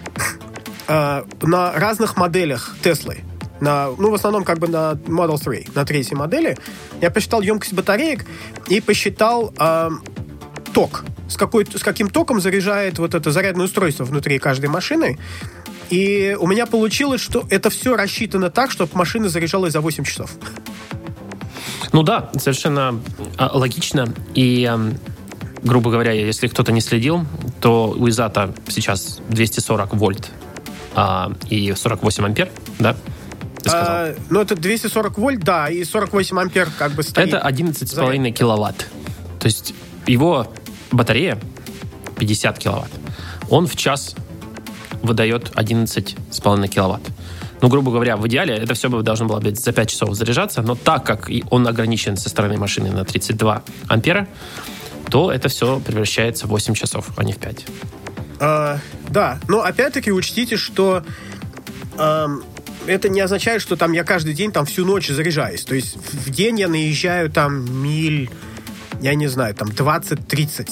на разных моделях Теслы. В основном как бы на Model 3, на третьей модели. Я посчитал емкость батареек и посчитал ток. С каким током заряжает вот это зарядное устройство внутри каждой машины. И у меня получилось, что это все рассчитано так, чтобы машина заряжалась за 8 часов. Ну да, совершенно логично. И, грубо говоря, если кто-то не следил, то у Изата сейчас 240 вольт и 48 ампер, да? Это 240 вольт, да, и 48 ампер как бы стоит. Это 11,5 киловатт. То есть его батарея 50 киловатт. Он в час выдает 11,5 киловатт. Ну, грубо говоря, в идеале это все должно было быть за 5 часов заряжаться, но так как он ограничен со стороны машины на 32 ампера, то это все превращается в 8 часов, а не в 5. Да, но опять-таки учтите, что это не означает, что там я каждый день там всю ночь заряжаюсь. То есть в день я наезжаю там миль, я не знаю, там 20-30.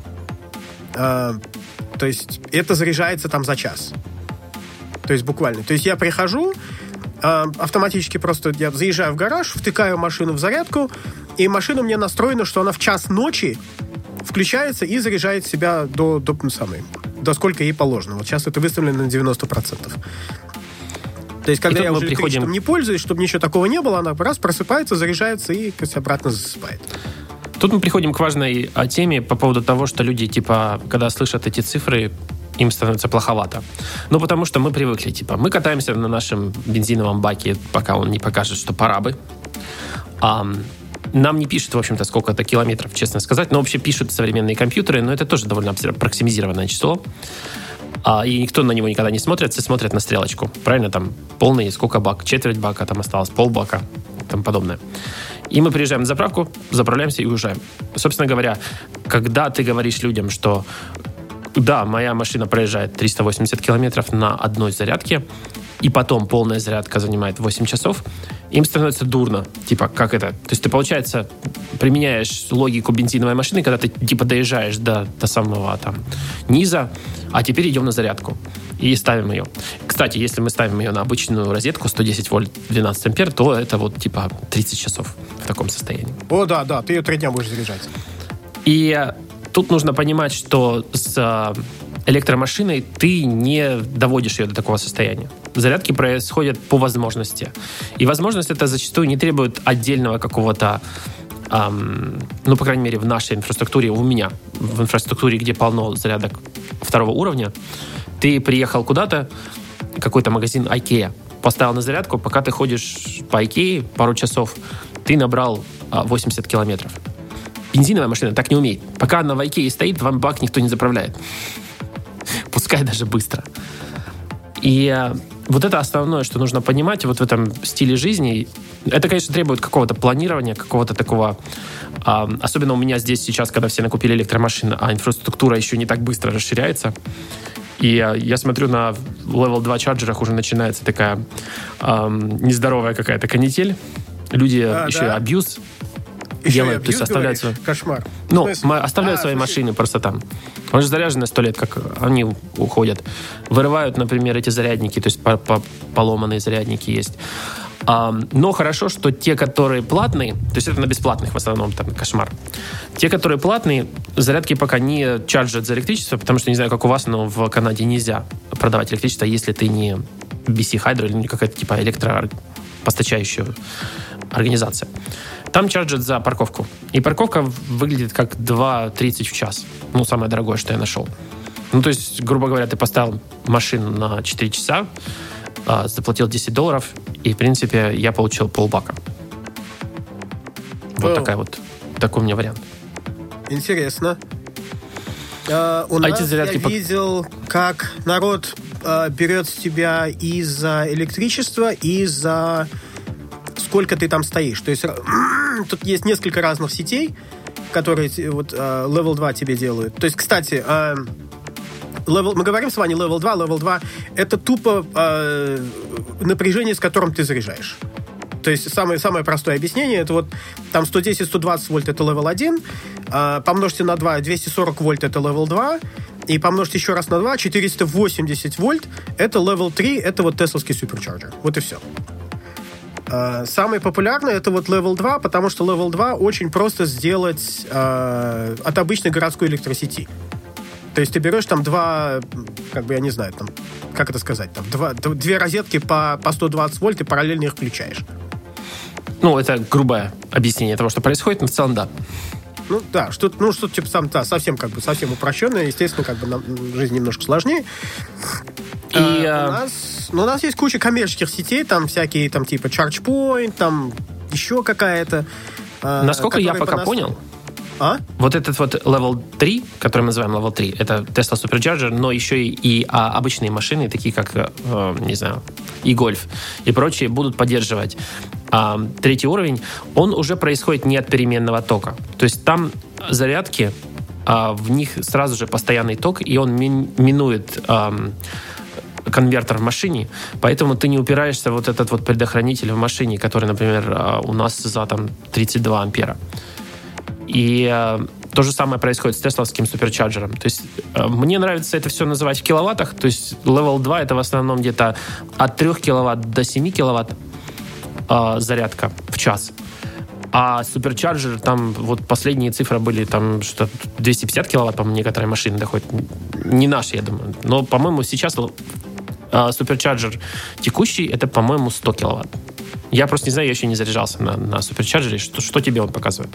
То есть это заряжается там за час. То есть буквально. То есть я прихожу, автоматически просто я заезжаю в гараж, втыкаю машину в зарядку, и машина у меня настроена, что она в час ночи включается и заряжает себя до сколько ей положено. Вот сейчас это выставлено на 90%. То есть, когда я уже электричеством не пользуюсь, чтобы ничего такого не было, она раз просыпается, заряжается и обратно засыпает. Тут мы приходим к важной теме по поводу того, что люди, типа, когда слышат эти цифры, им становится плоховато. Ну, потому что мы привыкли, типа, мы катаемся на нашем бензиновом баке, пока он не покажет, что пора бы. Нам не пишут, в общем-то, сколько-то километров, честно сказать, но вообще пишут современные компьютеры, но это тоже довольно аппроксимизированное число. И никто на него никогда не смотрит, все смотрят на стрелочку. Правильно, там полный, сколько бак, четверть бака, там осталось полбака и тому подобное. И мы приезжаем на заправку, заправляемся и уезжаем. Собственно говоря, когда ты говоришь людям, что да, моя машина проезжает 380 километров на одной зарядке, и потом полная зарядка занимает 8 часов, им становится дурно. Типа, как это? То есть ты, получается, применяешь логику бензиновой машины, когда ты, типа, доезжаешь до самого там низа, а теперь идем на зарядку и ставим ее. Кстати, если мы ставим ее на обычную розетку 110 вольт 12 ампер, то это вот, типа, 30 часов в таком состоянии. О, да, ты ее 3 дня будешь заряжать. И тут нужно понимать, что с электромашиной ты не доводишь ее до такого состояния. Зарядки происходят по возможности. И возможность это зачастую не требует отдельного какого-то, ну, по крайней мере, в нашей инфраструктуре, у меня, в инфраструктуре, где полно зарядок второго уровня, ты приехал куда-то, какой-то магазин IKEA, поставил на зарядку, пока ты ходишь по IKEA пару часов, ты набрал 80 километров. Бензиновая машина так не умеет. Пока она в IKEA стоит, вам бак никто не заправляет. Пускай даже быстро. И вот это основное, что нужно понимать вот в этом стиле жизни. Это, конечно, требует какого-то планирования, какого-то такого... особенно у меня здесь сейчас, когда все накупили электромашины, а инфраструктура еще не так быстро расширяется. И я смотрю, на Level 2 чарджерах уже начинается такая нездоровая какая-то канитель. Люди еще и абьюз делают, то есть оставляют свои... Кошмар. Ну, оставляют свои машины просто там. Он же заряжен на 100 лет, как они уходят. Вырывают, например, эти зарядники, то есть поломанные зарядники есть. Но хорошо, что те, которые платные, то есть это на бесплатных в основном, там, кошмар. Те, которые платные, зарядки пока не чарджат за электричество, потому что, не знаю, как у вас, но в Канаде нельзя продавать электричество, если ты не BC Hydro или какая-то типа электропостачающая организация. Там чарджат за парковку. И парковка выглядит как 2.30 в час. Ну, самое дорогое, что я нашел. Ну, то есть, грубо говоря, ты поставил машину на 4 часа, заплатил $10, и, в принципе, я получил полбака. Вот такой у меня вариант. Интересно. У нас зарядки я видел, как народ берет с тебя и за электричество, и за сколько ты там стоишь. То есть тут есть несколько разных сетей, которые вот Level 2 тебе делают. То есть, кстати, мы говорим с вами Level 2. Level 2 — это тупо напряжение, с которым ты заряжаешь. То есть самое простое объяснение — это вот там 110-120 вольт — это Level 1, помножьте на 2 — 240 вольт — это Level 2, и помножьте еще раз на 2 — 480 вольт — это Level 3, это вот тесловский суперчарджер. Вот и все. Самый популярный — это вот Level 2, потому что Level 2 очень просто сделать от обычной городской электросети. То есть ты берешь там два, как бы, я не знаю, там, как это сказать, там, две розетки по 120 вольт и параллельно их включаешь. Ну, это грубое объяснение того, что происходит, но в целом да. Ну, да, что-то типа совсем упрощенное, естественно, как бы жизнь немножко сложнее. И у нас есть куча коммерческих сетей, там всякие, там, типа ChargePoint, там еще какая-то. Насколько я пока понял, вот этот вот Level 3, который мы называем Level 3, это Tesla Supercharger, но еще и обычные машины, такие как, не знаю, и Golf, и прочие, будут поддерживать третий уровень. Он уже происходит не от переменного тока. То есть там зарядки, в них сразу же постоянный ток, и он минует конвертер в машине, поэтому ты не упираешься в вот этот вот предохранитель в машине, который, например, у нас за там 32 ампера. И то же самое происходит с тесловским суперчарджером. То есть мне нравится это все называть в киловаттах. То есть Level 2 это в основном где-то от 3 киловатт до 7 киловатт зарядка в час. А суперчарджер, там вот последние цифры были там что 250 киловатт, по-моему, некоторые машины доходят. Не наши, я думаю. Но, по-моему, сейчас суперчарджер текущий это, по-моему, 100 киловатт. Я просто не знаю, я еще не заряжался на суперчарджере. Что тебе он показывает?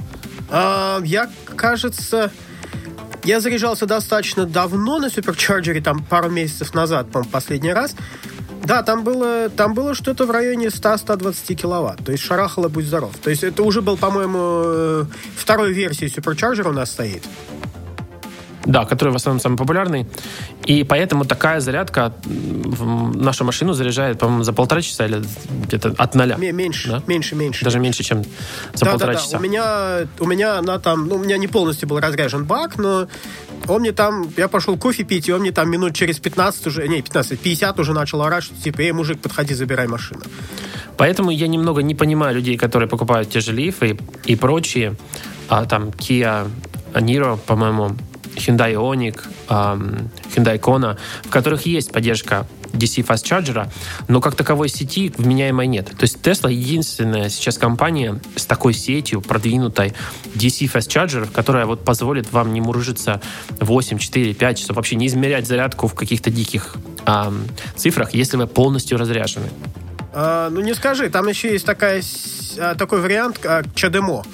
Я заряжался достаточно давно на суперчарджере, там пару месяцев назад, по-моему, последний раз. Да, там было что-то в районе 100-120 киловатт. То есть шарахало, будь здоров. То есть это уже был, по-моему, второй версии суперчарджера у нас стоит. Да, который в основном самый популярный. И поэтому такая зарядка нашу машину заряжает, по-моему, за 1,5 часа или где-то от 0. Меньше, да? меньше. Даже меньше, чем за 1,5 часа. У меня она там... у меня не полностью был разряжен бак, но он мне там... Я пошел кофе пить, и он мне там минут через 50 уже начал орать, что типа, мужик, подходи, забирай машину. Поэтому я немного не понимаю людей, которые покупают те же лифы и прочие. Там Kia Niro, по-моему, Hyundai Ioniq, Hyundai Kona, в которых есть поддержка DC Fast Charger, но как таковой сети вменяемой нет. То есть Tesla единственная сейчас компания с такой сетью продвинутой DC Fast Charger, которая вот позволит вам не мурыжиться 8, 4, 5 часов, вообще не измерять зарядку в каких-то диких цифрах, если вы полностью разряжены. Ну не скажи, там еще есть такой вариант, как CHAdeMO,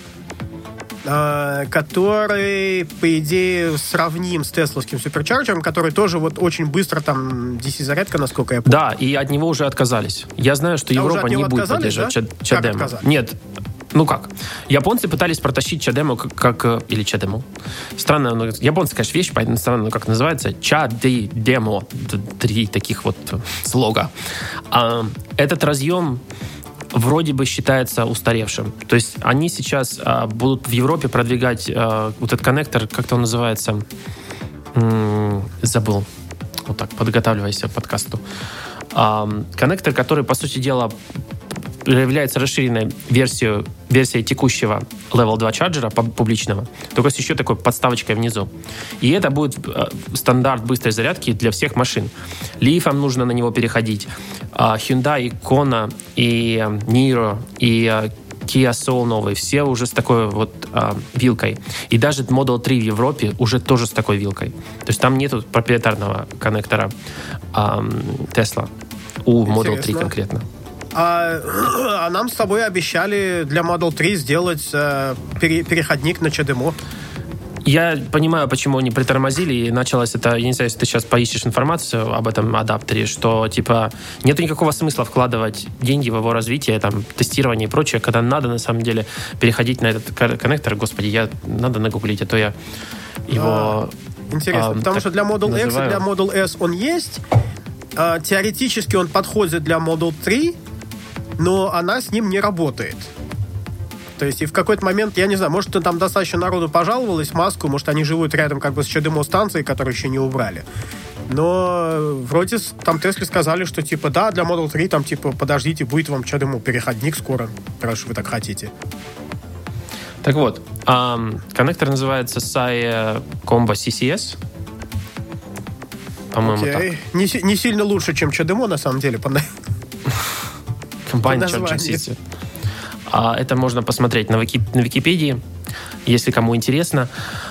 который, по идее, сравним с тесловским суперчарджером, который тоже вот очень быстро там DC-зарядка, насколько я помню. Да, и от него уже отказались. Я знаю, что Европа не будет поддерживать CHAdeMO. Нет, ну как? Японцы пытались протащить CHAdeMO или CHAdeMO. Странно, ну, японцы, конечно, вещь, поэтому странно, как называется. CHAdeMO. 3 таких вот слога. Этот разъем вроде бы считается устаревшим. То есть они сейчас будут в Европе продвигать вот этот коннектор, как-то он называется, забыл. Вот так, подготавливайся к подкасту. Коннектор, который, по сути дела, является расширенной версией текущего Level 2 чарджера публичного, только с еще такой подставочкой внизу. И это будет стандарт быстрой зарядки для всех машин. Лифам нужно на него переходить. Hyundai, Kona и Niro и Kia Soul новый, все уже с такой вот вилкой. И даже Model 3 в Европе уже тоже с такой вилкой. То есть там нету проприетарного коннектора Tesla у Model 3 конкретно. А нам с тобой обещали для Model 3 сделать переходник на CHAdeMO. Я понимаю, почему они притормозили, и началось это, я не знаю, если ты сейчас поищешь информацию об этом адаптере, что, типа, нет никакого смысла вкладывать деньги в его развитие, там, тестирование и прочее, когда надо, на самом деле, переходить на этот коннектор. Господи, надо нагуглить, а то я его... Интересно, потому что для Model X и для Model S он есть, теоретически он подходит для Model 3, но она с ним не работает. То есть и в какой-то момент, я не знаю, может, там достаточно народу пожаловалось Маску, может, они живут рядом как бы с CHAdeMO станцией, которую еще не убрали. Но вроде там Тесле сказали, что типа да, для Model 3 там типа подождите, будет вам CHAdeMO переходник скоро, раз вы так хотите. Так вот, коннектор называется SAE Combo CCS. По-моему, так. Не сильно лучше, чем CHAdeMO, на самом деле, Combined Charging System. Это можно посмотреть на Википедии, если кому интересно.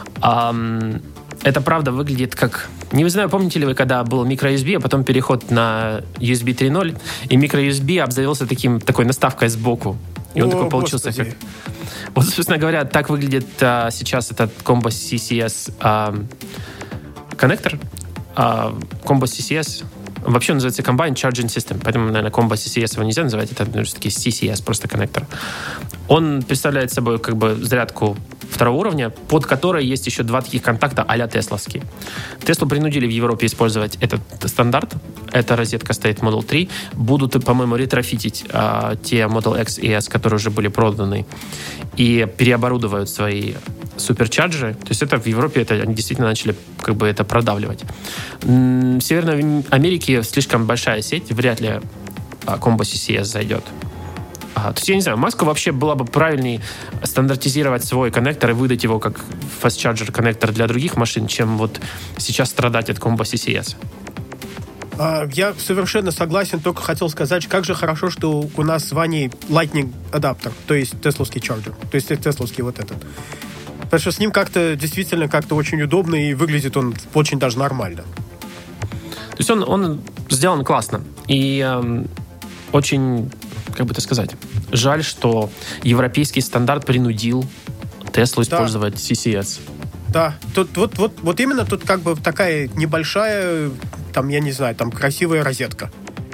Это правда выглядит как... Не знаю, помните ли вы, когда был microUSB, а потом переход на USB 3.0, и microUSB обзавелся такой наставкой сбоку. И он такой получился как... Вот, собственно говоря, так выглядит сейчас этот Combo CCS коннектор. Combo CCS вообще называется Combined Charging System, поэтому, наверное, Combo CCS его нельзя называть, это все-таки CCS, просто коннектор. Он представляет собой как бы зарядку второго уровня, под которой есть еще 2 таких контакта а-ля тесловские. Теслу принудили в Европе использовать этот стандарт. Эта розетка стоит в Model 3. Будут, по-моему, ретрофитить те Model X и S, которые уже были проданы, и переоборудовают свои суперчарджеры. То есть это в Европе они действительно начали как бы это продавливать. В Северной Америке слишком большая сеть, вряд ли Combo CCS зайдет. То есть, я не знаю, Маску вообще было бы правильнее стандартизировать свой коннектор и выдать его как Fast Charger коннектор для других машин, чем вот сейчас страдать от Combo CCS. Я совершенно согласен, только хотел сказать, как же хорошо, что у нас с Ваней Lightning адаптер, то есть тесловский чарджер, то есть тесловский вот этот. Потому что с ним как-то действительно как-то очень удобно и выглядит он очень даже нормально. То есть он сделан классно. И очень, как бы это сказать, жаль, что европейский стандарт принудил Теслу использовать CCS. Да, тут вот именно тут как бы такая небольшая, там, я не знаю, там красивая розетка.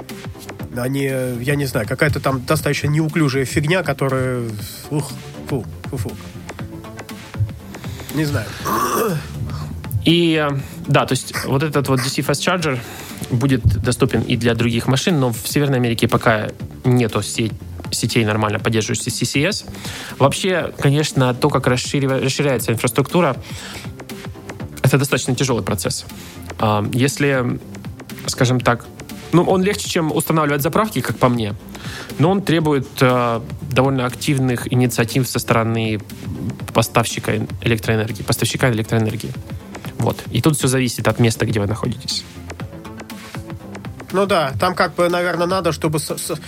Я не знаю, какая-то там достаточно неуклюжая фигня, которая... Фу. Не знаю. И да, то есть вот этот вот DC Fast Charger будет доступен и для других машин, но в Северной Америке пока нету сетей нормально поддерживающих CCS. Вообще, конечно, то, как расширяется инфраструктура, это достаточно тяжелый процесс. Если, скажем так, он легче, чем устанавливать заправки, как по мне. но он требует довольно активных инициатив со стороны поставщика электроэнергии. Вот. И тут все зависит от места, где вы находитесь. Ну да, там как бы, наверное, надо, чтобы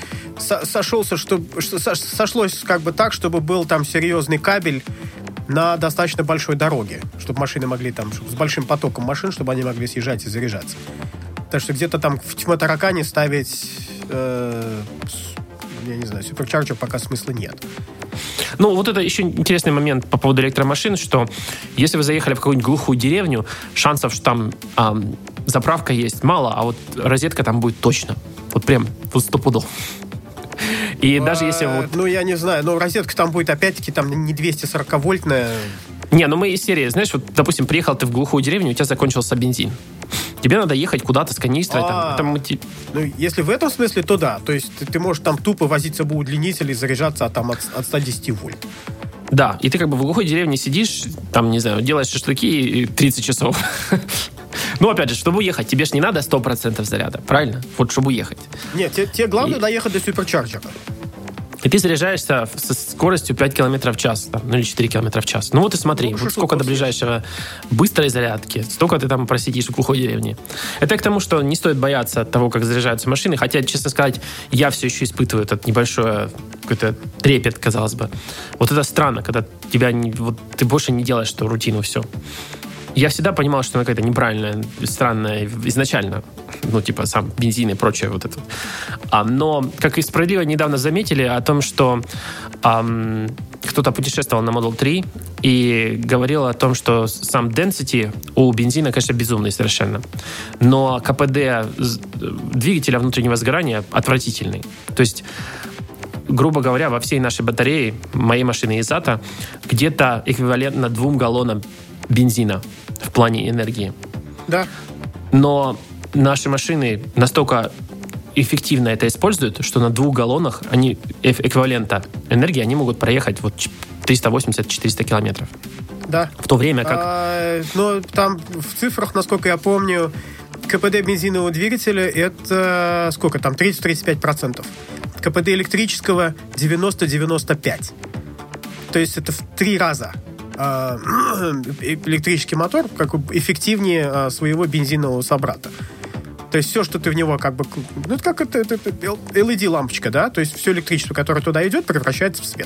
сошлось как бы так, чтобы был там серьезный кабель на достаточно большой дороге, чтобы машины могли там, с большим потоком машин, чтобы они могли съезжать и заряжаться. Так что где-то там в тьме таракани ставить, я не знаю, суперчарджер пока смысла нет. Ну, вот это еще интересный момент по поводу электромашин, что если вы заехали в какую-нибудь глухую деревню, шансов, что там заправка есть, мало, а вот розетка там будет точно. Вот прям вот 100 пудов. И даже если вот... Ну, я не знаю, но розетка там будет опять-таки там не 240-вольтная. Не, ну мы из серии, знаешь, вот, допустим, приехал ты в глухую деревню, у тебя закончился бензин. Тебе надо ехать куда-то с канистрой. Ну, если в этом смысле, то да. То есть ты можешь там тупо возить с собой удлинитель и заряжаться там от 110 вольт. Да, и ты как бы в глухой деревне сидишь, там, не знаю, делаешь шашлыки 30 часов. Ну, опять же, чтобы уехать, тебе же не надо 100% заряда, правильно? Вот, чтобы уехать. Нет, тебе главное доехать до суперчарджера. И ты заряжаешься со скоростью 5 км в час, там, ну или 4 км в час. Ну вот и смотри, вот сколько до ближайшего быстрой зарядки, столько ты там просидишь в глухой деревне. Это к тому, что не стоит бояться того, как заряжаются машины, хотя, честно сказать, я все еще испытываю этот небольшой какой-то трепет, казалось бы. Вот это странно, когда тебя ты больше не делаешь эту рутину, все. Я всегда понимал, что она какая-то неправильная, странная изначально. Ну, типа, сам бензин и прочее вот это. Но, как и справедливо недавно заметили о том, что кто-то путешествовал на Model 3 и говорил о том, что сам density у бензина, конечно, безумный совершенно. Но КПД двигателя внутреннего сгорания отвратительный. То есть, грубо говоря, во всей нашей батарее, моей машины Изата, где-то эквивалентно 2 галлонам бензина в плане энергии. Да. Но наши машины настолько эффективно это используют, что на 2 галлонах они эквивалента энергии они могут проехать вот 380-400 километров. Да. В то время как... Но там в цифрах, насколько я помню, КПД бензинового двигателя это сколько там? 30-35%. КПД электрического 90-95%. То есть это в 3 раза электрический мотор как бы эффективнее своего бензинового собрата. То есть все, что ты в него как бы... Ну, это как это LED-лампочка, да? То есть все электричество, которое туда идет, превращается в свет.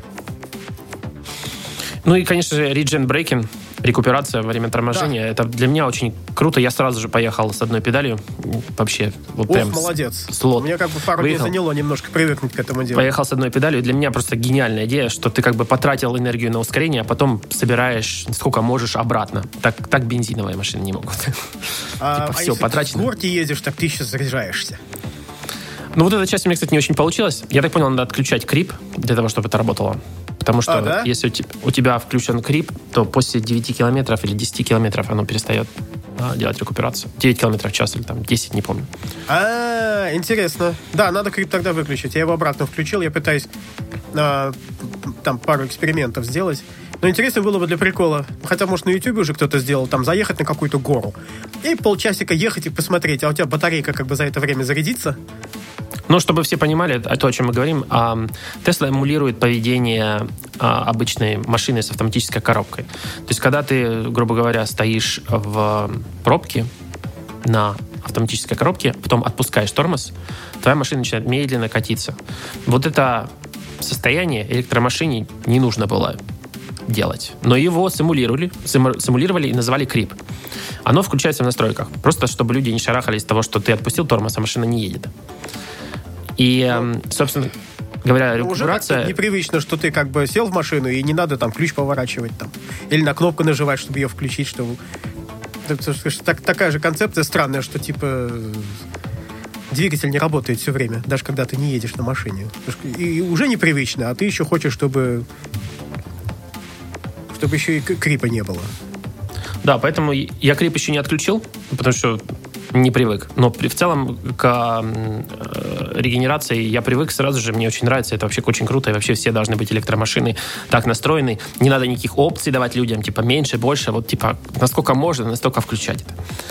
Ну и, конечно же, regen braking, рекуперация во время торможения. Да. Это для меня очень круто. Я сразу же поехал с одной педалью. Вообще, вот прям молодец. Слот. Мне как бы пару дней заняло немножко привыкнуть к этому делу. Поехал с одной педалью. Для меня просто гениальная идея, что ты как бы потратил энергию на ускорение, а потом собираешь сколько можешь обратно. Так бензиновые машины не могут. Типа все потрачено. Если ты в горке едешь, так ты еще заряжаешься. Ну вот эта часть у меня, кстати, не очень получилась. Я так понял, надо отключать крип для того, чтобы это работало. Потому что да? если у тебя включен крип, то после 9 километров или 10 километров оно перестает делать рекуперацию. 9 километров в час или там 10, не помню. Интересно. Да, надо крип тогда выключить. Я его обратно включил. Я пытаюсь там пару экспериментов сделать. Но интересно было бы для прикола, хотя, может, на YouTube уже кто-то сделал, там, заехать на какую-то гору и полчасика ехать и посмотреть, а у тебя батарейка как бы за это время зарядится. Ну, чтобы все понимали, то, о чем мы говорим, Tesla эмулирует поведение обычной машины с автоматической коробкой. То есть, когда ты, грубо говоря, стоишь в пробке на автоматической коробке, потом отпускаешь тормоз, твоя машина начинает медленно катиться. Вот это состояние электромашине не нужно было делать. Но его симулировали и назвали крип. Оно включается в настройках. Просто чтобы люди не шарахались от того, что ты отпустил тормоз, а машина не едет. И, собственно говоря, рекуперация... Уже непривычно, что ты как бы сел в машину, и не надо там ключ поворачивать там. Или на кнопку нажимать, чтобы ее включить, чтобы... Такая же концепция странная, что типа двигатель не работает все время, даже когда ты не едешь на машине. И уже непривычно, а ты еще хочешь, чтобы еще и крипа не было. Да, поэтому я крип еще не отключил, потому что не привык. Но в целом к регенерации я привык сразу же. Мне очень нравится. Это вообще очень круто. И вообще все должны быть электромашины так настроены. Не надо никаких опций давать людям. Типа меньше, больше. Вот типа насколько можно, настолько включать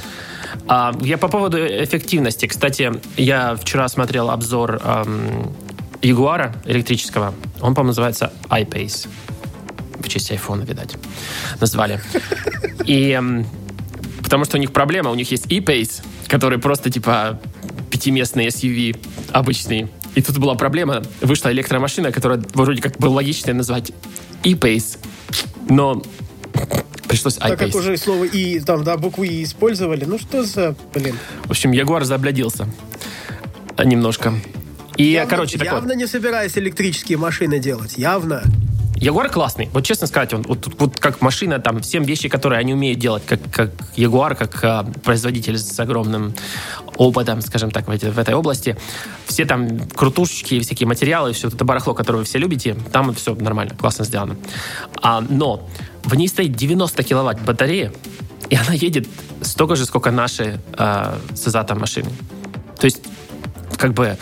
это. Я по поводу эффективности. Кстати, я вчера смотрел обзор Ягуара электрического, он, по-моему, называется I-Pace. В честь айфона, видать, назвали. И потому что у них проблема, у них есть E-Pace, который просто типа 5-местный SUV обычный. И тут была проблема, вышла электромашина, которая вроде как было логично назвать E-Pace, но пришлось I-Pace. Так как уже слово «и», там, да, букву «и» использовали, ну что за, блин. В общем, Ягуар заблядился немножко. И, явно не собираюсь электрические машины делать, явно. Ягуар классный. Вот честно сказать, он вот как машина, там, всем вещи, которые они умеют делать, как Ягуар, как производитель с огромным опытом, скажем так, в этой области. Все там крутушечки, всякие материалы, все это барахло, которое вы все любите, там все нормально, классно сделано. Но в ней стоит 90 киловатт батарея, и она едет столько же, сколько наши Seat машины. То есть, как бы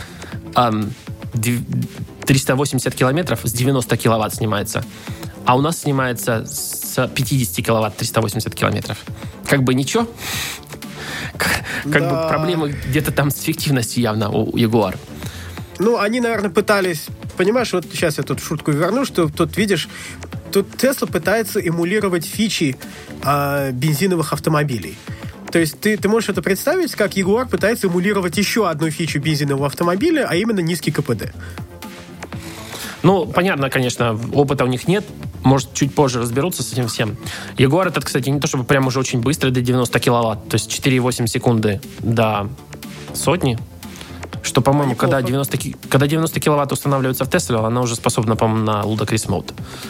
380 километров с 90 киловатт снимается. А у нас снимается с 50 киловатт 380 километров. Как бы ничего. Как бы проблемы где-то там с эффективностью явно у Ягуар. Ну, они, наверное, пытались... Понимаешь, вот сейчас я тут шутку верну, что тут, видишь, тут Tesla пытается эмулировать фичи бензиновых автомобилей. То есть ты можешь это представить, как Ягуар пытается эмулировать еще одну фичу бензинового автомобиля, а именно низкий КПД. Ну, понятно, конечно, опыта у них нет. Может, чуть позже разберутся с этим всем. Ягуар этот, кстати, не то чтобы прям уже очень быстрый до 90 киловатт. То есть 4,8 секунды до сотни. Что, по-моему, когда 90 киловатт устанавливается в Тесле, она уже способна, по-моему, на Ludacris Mode.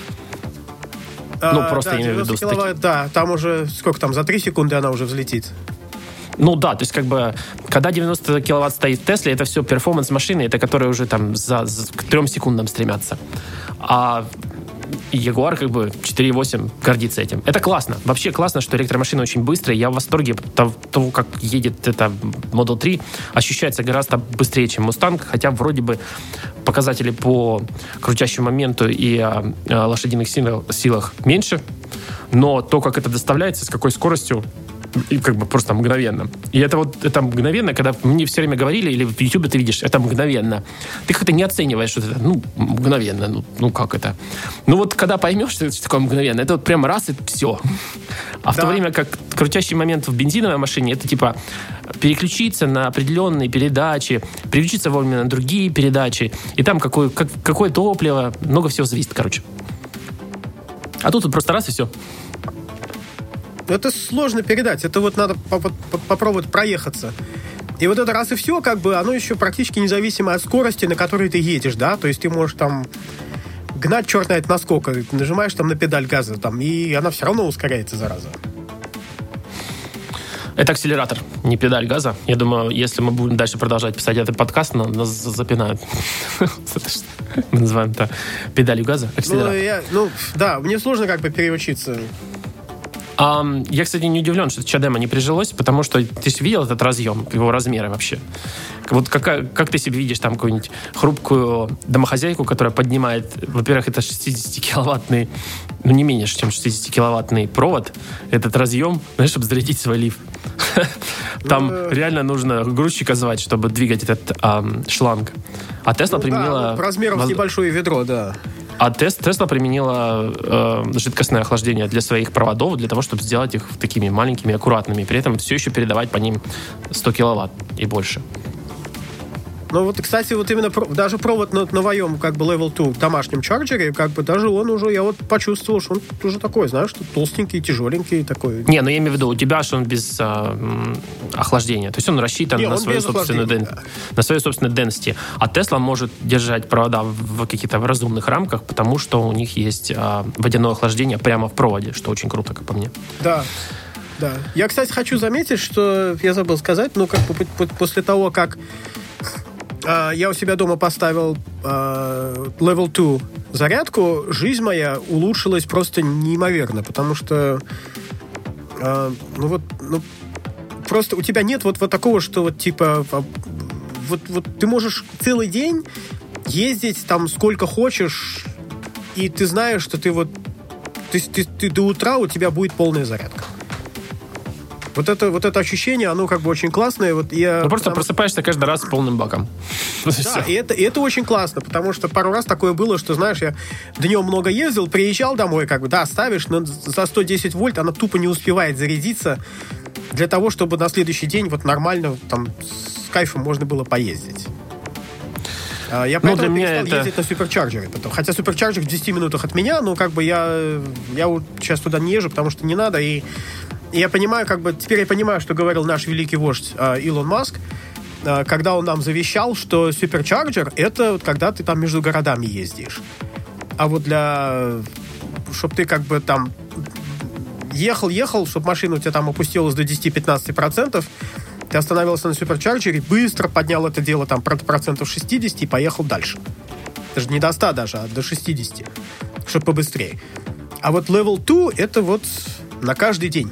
Ну, просто да, я имею в виду... Киловатт, да, там уже, сколько там, за 3 секунды она уже взлетит. Ну да, то есть как бы, когда 90 киловатт стоит в Тесле, это все перформанс-машины, это которые уже там к 3 секундам стремятся. А Ягуар как бы 4,8 гордится этим. Это классно. Вообще классно, что электромашина очень быстрая. Я в восторге от того, как едет эта Model 3. Ощущается гораздо быстрее, чем Mustang, хотя вроде бы показатели по крутящему моменту и лошадиных силах меньше, но то, как это доставляется, с какой скоростью, и как бы просто мгновенно. И это мгновенно, когда мне все время говорили, или в YouTube ты видишь, это мгновенно. Ты как-то не оцениваешь, что это, мгновенно, ну как это? Ну вот когда поймешь, что это такое мгновенно, это вот прямо раз и все. А в то время как крутящий момент в бензиновой машине, это типа переключиться на определенные передачи, переключиться вовремя на другие передачи, и там какое топливо, много всего зависит, короче. А тут просто раз и все. Это сложно передать. Это вот надо попробовать проехаться. И вот это раз и все, как бы, оно еще практически независимо от скорости, на которой ты едешь, да? То есть ты можешь там гнать черт знает насколько, нажимаешь там на педаль газа, там, и она все равно ускоряется, зараза. Это акселератор, не педаль газа. Я думаю, если мы будем дальше продолжать писать этот подкаст, нас запинают. Мы называем это педалью газа, акселератор. Да, мне сложно как бы переучиться. Я, кстати, не удивлен, что чадема не прижилось, потому что ты видел этот разъем, его размеры вообще. Вот как ты себе видишь там какую-нибудь хрупкую домохозяйку, которая поднимает, во-первых, это 60-киловаттный, не менее чем 60-киловаттный провод, этот разъем, знаешь, чтобы зарядить свой лифт. Там реально нужно грузчика звать, чтобы двигать этот шланг. А Тесла применила... размером с небольшое ведро, да. А Тесла применила жидкостное охлаждение для своих проводов, для того, чтобы сделать их такими маленькими, аккуратными, при этом все еще передавать по ним 100 киловатт и больше. Ну вот, кстати, вот именно даже провод на твоем как бы Level 2 домашнем чарджере, как бы даже он уже, я вот почувствовал, что он уже такой, знаешь, что толстенький, тяжеленький такой. Не, ну я имею в виду, у тебя что он без охлаждения. То есть он рассчитан на свою собственную density. А Tesla может держать провода в каких-то разумных рамках, потому что у них есть водяное охлаждение прямо в проводе, что очень круто, как по мне. Да. Да. Я, кстати, хочу заметить, что я забыл сказать, как бы после того, как я у себя дома поставил Level 2 зарядку, жизнь моя улучшилась просто неимоверно, потому что просто у тебя нет вот такого, что вот типа вот ты можешь целый день ездить там сколько хочешь, и ты знаешь, что ты до утра у тебя будет полная зарядка. Вот это ощущение, оно как бы очень классное. Вот я, просто просыпаешься каждый раз с полным баком. Да, и это очень классно, потому что пару раз такое было, что, знаешь, я днем много ездил, приезжал домой, как бы, да, ставишь, но за 110 вольт она тупо не успевает зарядиться для того, чтобы на следующий день вот нормально там с кайфом можно было поездить. Я поэтому перестал ездить на суперчарджере. Хотя суперчарджер в 10 минутах от меня, но как бы я вот сейчас туда не езжу, потому что не надо. И я понимаю, как бы теперь я понимаю, что говорил наш великий вождь Илон Маск, когда он нам завещал, что суперчарджер — это вот когда ты там между городами ездишь. А вот чтобы ты как бы там ехал, чтобы машина у тебя там опустилась до 10-15%, ты остановился на суперчарджере, быстро поднял это дело там процентов 60 и поехал дальше. Даже не до 100 даже, а до 60, чтобы побыстрее. А вот Level 2 — это вот на каждый день.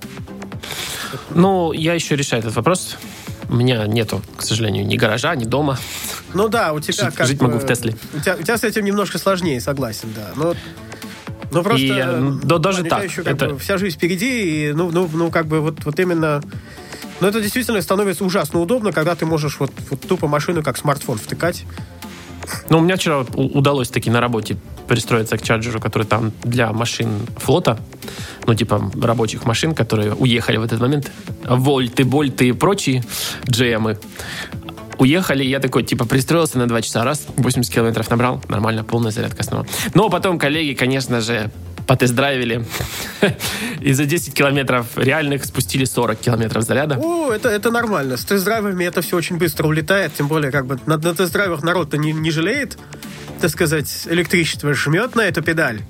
Ну, я еще решаю этот вопрос. У меня нету, к сожалению, ни гаража, ни дома. Ну да, у тебя как жить могу в Тесле. У тебя с этим немножко сложнее, согласен, да. Но просто даже так. Еще, как бы, вся жизнь впереди, и, как бы вот именно... Но это действительно становится ужасно удобно, когда ты можешь вот тупо машину как смартфон втыкать. Ну, у меня вчера удалось таки на работе пристроиться к чарджеру, который там для машин флота, ну, типа рабочих машин, которые уехали в этот момент. Вольты, Больты и прочие GM-ы уехали, я такой, типа, пристроился на 2 часа, раз, 80 километров набрал, нормально, полная зарядка снова. Но потом коллеги, конечно же, потест-драйвили, и за 10 километров реальных спустили 40 километров заряда. О, это нормально. С тест-драйвами это все очень быстро улетает, тем более, как бы, на тест-драйвах народ-то не жалеет, так сказать, электричество жмет на эту педаль.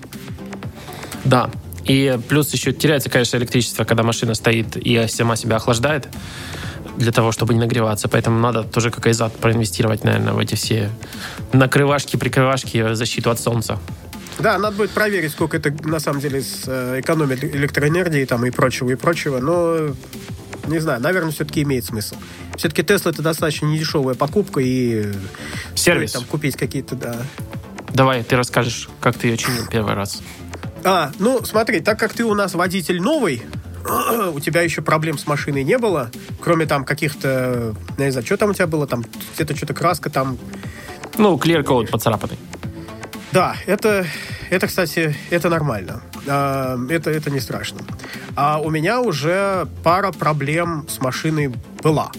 Да, и плюс еще теряется, конечно, электричество, когда машина стоит и сама себя охлаждает, для того, чтобы не нагреваться. Поэтому надо тоже, как Айзат, проинвестировать, наверное, в эти все накрывашки, прикрывашки, защиту от солнца. Да, надо будет проверить, сколько это на самом деле экономит электроэнергии там, и прочего. Но, не знаю, наверное, все-таки имеет смысл. Все-таки Tesla — это достаточно недешевая покупка, и сервис. Там купить какие-то, да. Давай, ты расскажешь, как ты ее чинил первый раз. Смотри, так как ты у нас водитель новый, у тебя еще проблем с машиной не было, кроме там каких-то, я не знаю, что там у тебя было, там где-то что-то краска там. Ну, clear code поцарапанный. Да, это, кстати, это нормально. Это не страшно. А у меня уже пара проблем с машиной была.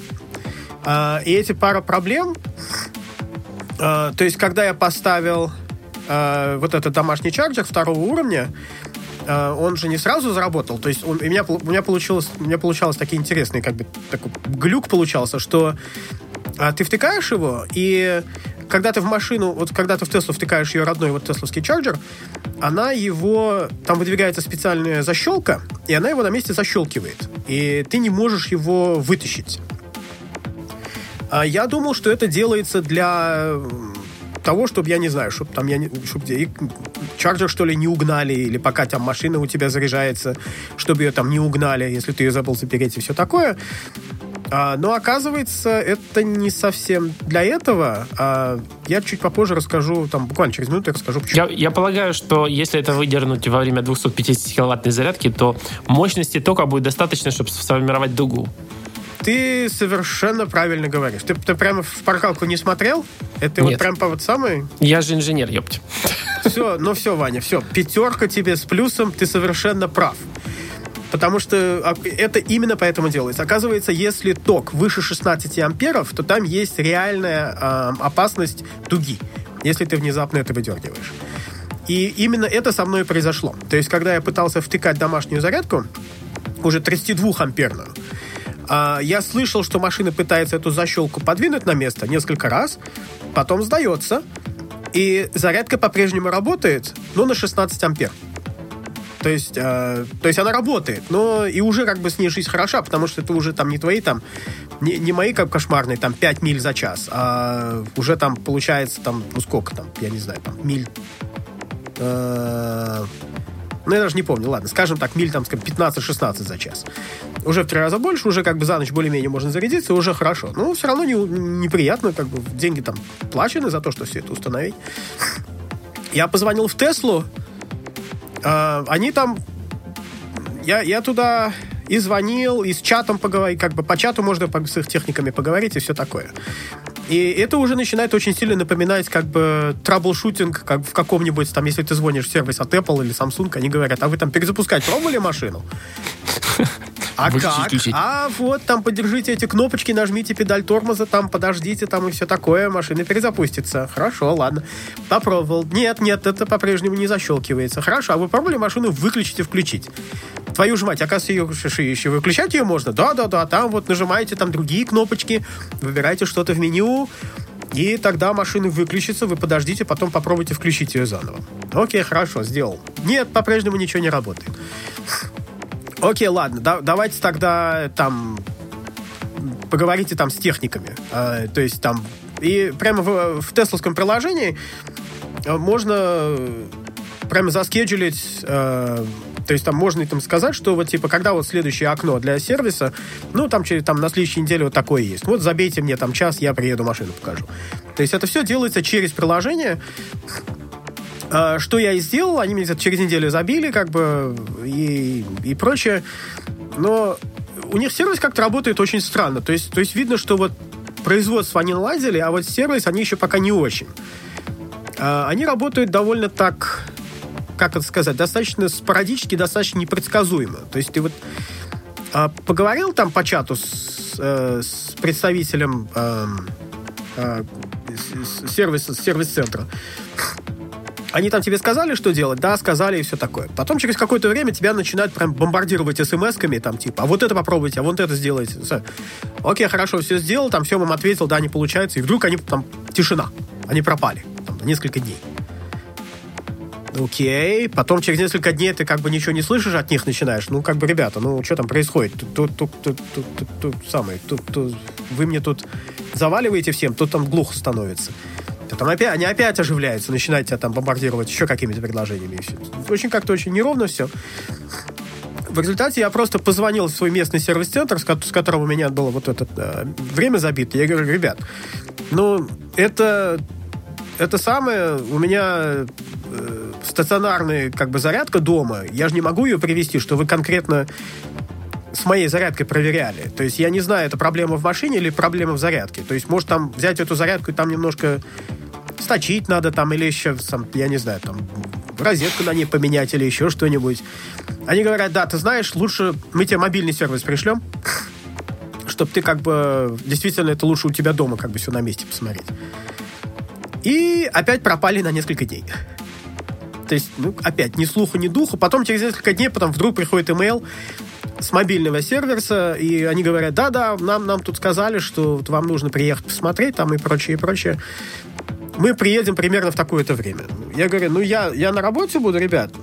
И эти пара проблем, то есть, когда я поставил вот этот домашний чарджер 2-го уровня, он же не сразу заработал. То есть у меня получалось такие интересные, как бы, такой глюк получался, что ты втыкаешь его, и когда ты в машину, вот когда ты в Теслу втыкаешь ее родной вот тесловский чарджер, там выдвигается специальная защелка, и она его на месте защелкивает. И ты не можешь его вытащить. Я думал, что это делается для того, чтобы, я не знаю, чтобы чарджер, что ли, не угнали, или пока там машина у тебя заряжается, чтобы ее там не угнали, если ты ее забыл запереть и все такое. Но, оказывается, это не совсем для этого. Я чуть попозже расскажу, там, буквально через минуту я расскажу, почему. Я полагаю, что если это выдернуть во время 250-киловаттной зарядки, то мощности тока будет достаточно, чтобы сформировать дугу. Ты совершенно правильно говоришь. Ты прямо в шпаргалку не смотрел? Это нет. Вот прям по вот самой... Я же инженер, ёпть. Все, Ваня, все. 5 тебе с плюсом, ты совершенно прав. Потому что это именно поэтому делается. Оказывается, если ток выше 16 амперов, то там есть реальная опасность дуги, если ты внезапно это выдергиваешь. И именно это со мной произошло. То есть, когда я пытался втыкать домашнюю зарядку, уже 32-амперную, я слышал, что машина пытается эту защелку подвинуть на место несколько раз, потом сдается, и зарядка по-прежнему работает, но на 16 ампер. То есть она работает, но и уже как бы с ней жизнь хороша, потому что это уже там не твои там, не мои как кошмарные там 5 миль за час, а уже там получается там, ну сколько там, я не знаю, там миль, ну я даже не помню, ладно, скажем так, миль там 15-16 за час. Уже в 3 раза больше, уже как бы за ночь более-менее можно зарядиться, уже хорошо. Но все равно неприятно, как бы деньги там плачены за то, что все это установить. Я позвонил в Теслу, они там... Я и звонил, и с чатом поговорить, как бы по чату можно с их техниками поговорить и все такое. И это уже начинает очень сильно напоминать как бы траблшутинг, как в каком-нибудь, там, если ты звонишь в сервис от Apple или Samsung, они говорят, а вы там перезапускать пробовали машину? А как? А вот там подержите эти кнопочки, нажмите педаль тормоза, там подождите, там и все такое, машина перезапустится. Хорошо, ладно. Попробовал. Нет, это по-прежнему не защелкивается. Хорошо, а вы пробовали машину выключить и включить? Твою ж мать, оказывается, еще выключать ее можно? Да, там вот нажимаете там другие кнопочки, выбираете что-то в меню, и тогда машина выключится, вы подождите, потом попробуйте включить ее заново. Окей, хорошо, сделал. Нет, по-прежнему ничего не работает. Окей, ладно, давайте тогда там поговорите там с техниками. То есть там и прямо в тесловском приложении можно прямо заскеджулить, то есть там можно там сказать, что вот типа когда вот следующее окно для сервиса, ну там через там на следующей неделе вот такое есть. Вот забейте мне там час, я приеду, машину покажу. То есть это все делается через приложение. Что я и сделал, они мне через неделю забили, как бы, и прочее. Но у них сервис как-то работает очень странно. То есть видно, что вот производство они наладили, а вот сервис они еще пока не очень. Они работают довольно так, как это сказать, достаточно спорадически, достаточно непредсказуемо. То есть ты вот поговорил там по чату с представителем сервис-центра. Они там тебе сказали, что делать? Да, сказали, и все такое. Потом через какое-то время тебя начинают прям бомбардировать смс-ками, там, типа, а вот это попробуйте, а вот это сделайте. Окей, хорошо, все сделал, там, все вам ответил, да, не получается, и вдруг они, там, тишина. Они пропали, там, на несколько дней. Окей, потом через несколько дней ты, как бы, ничего не слышишь от них, начинаешь, ну, как бы, ребята, ну, что там происходит? Тут вы мне тут заваливаете всем, тут там глухо становится. Там они опять оживляются, начинают тебя там бомбардировать еще какими-то предложениями. И все. Очень как-то очень неровно все. В результате я просто позвонил в свой местный сервис-центр, с которым у меня было вот это время забито. Я говорю, ребят, ну, это самое, у меня стационарная как бы зарядка дома, я же не могу ее привезти, что вы конкретно с моей зарядкой проверяли. То есть я не знаю, это проблема в машине или проблема в зарядке. То есть, может, там взять эту зарядку и там немножко сточить надо там, или еще, я не знаю, там розетку на ней поменять или еще что-нибудь. Они говорят, да, ты знаешь, лучше мы тебе мобильный сервис пришлем, чтобы ты как бы, действительно, это лучше у тебя дома как бы все на месте посмотреть. И опять пропали на несколько дней. То есть, ну, опять, ни слуху, ни духу. Потом через несколько дней потом вдруг приходит имейл с мобильного сервиса, и они говорят, да, нам тут сказали, что вам нужно приехать посмотреть, там и прочее, и прочее. Мы приедем примерно в такое-то время. Я говорю, ну, я на работе буду, ребят.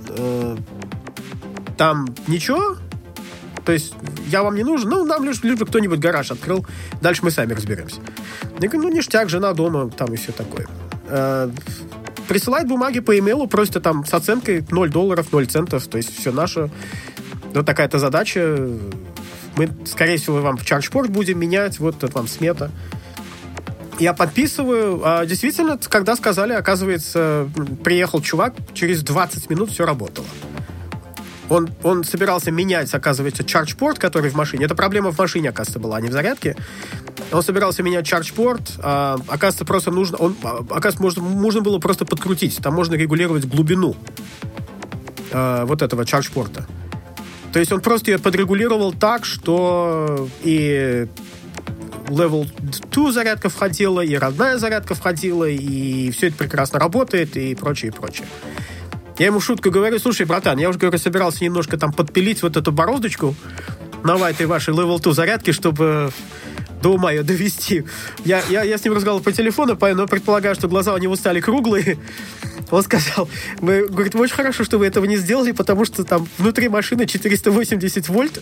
Там ничего? То есть я вам не нужен? Ну, нам лишь бы кто-нибудь гараж открыл. Дальше мы сами разберемся. Я говорю, ну, ништяк, жена дома, там и все такое. Присылает бумаги по имейлу, просто там с оценкой $0, 0 центов, то есть все наше. Вот такая-то задача. Мы, скорее всего, вам в ChargePort будем менять. Вот это вам смета. Я подписываю. А действительно, когда сказали, оказывается, приехал чувак, через 20 минут все работало. Он собирался менять, оказывается, ChargePort, который в машине. Это проблема в машине, оказывается, была, а не в зарядке. Он собирался менять ChargePort. Оказывается, просто можно было просто подкрутить. Там можно регулировать глубину вот этого ChargePort. То есть он просто ее подрегулировал так, что и Level 2 зарядка входила, и родная зарядка входила, и все это прекрасно работает, и прочее, и прочее. Я ему в шутку говорю, слушай, братан, я уже, говорю, собирался немножко там подпилить вот эту бороздочку на этой вашей Level 2 зарядки, чтобы до ума ее довести. Я с ним разговаривал по телефону, но предполагаю, что глаза у него стали круглые. Он сказал, говорит, очень хорошо, что вы этого не сделали, потому что там внутри машины 480 вольт.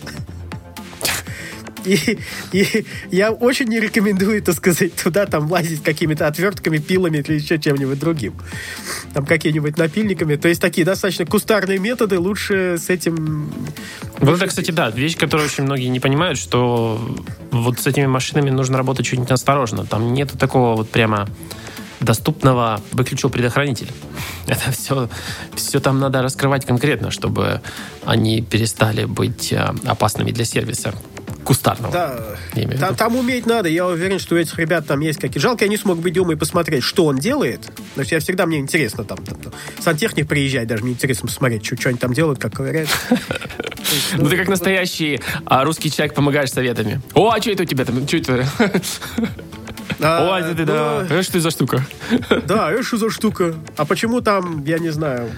И я очень не рекомендую, так сказать, туда там лазить какими-то отвертками, пилами или еще чем-нибудь другим. Там какими-нибудь напильниками. То есть такие достаточно кустарные методы, лучше с этим... Вот это, кстати, да, вещь, которую очень многие не понимают, что вот с этими машинами нужно работать чуть-чуть осторожно. Там нету такого вот прямо доступного выключил предохранитель. Это все там надо раскрывать конкретно, чтобы они перестали быть опасными для сервиса кустарного. Да, там уметь надо. Я уверен, что у этих ребят там есть какие-то... Жалко, я не смог быть дома и посмотреть, что он делает. Потому что мне интересно там сантехник приезжает, даже мне интересно посмотреть, что они там делают, как ковыряют. Ну, ты как настоящий русский человек помогаешь советами. О, а что это у тебя там? Что это? Ой, это что за штука? Да, это что за штука? А почему там, я не знаю...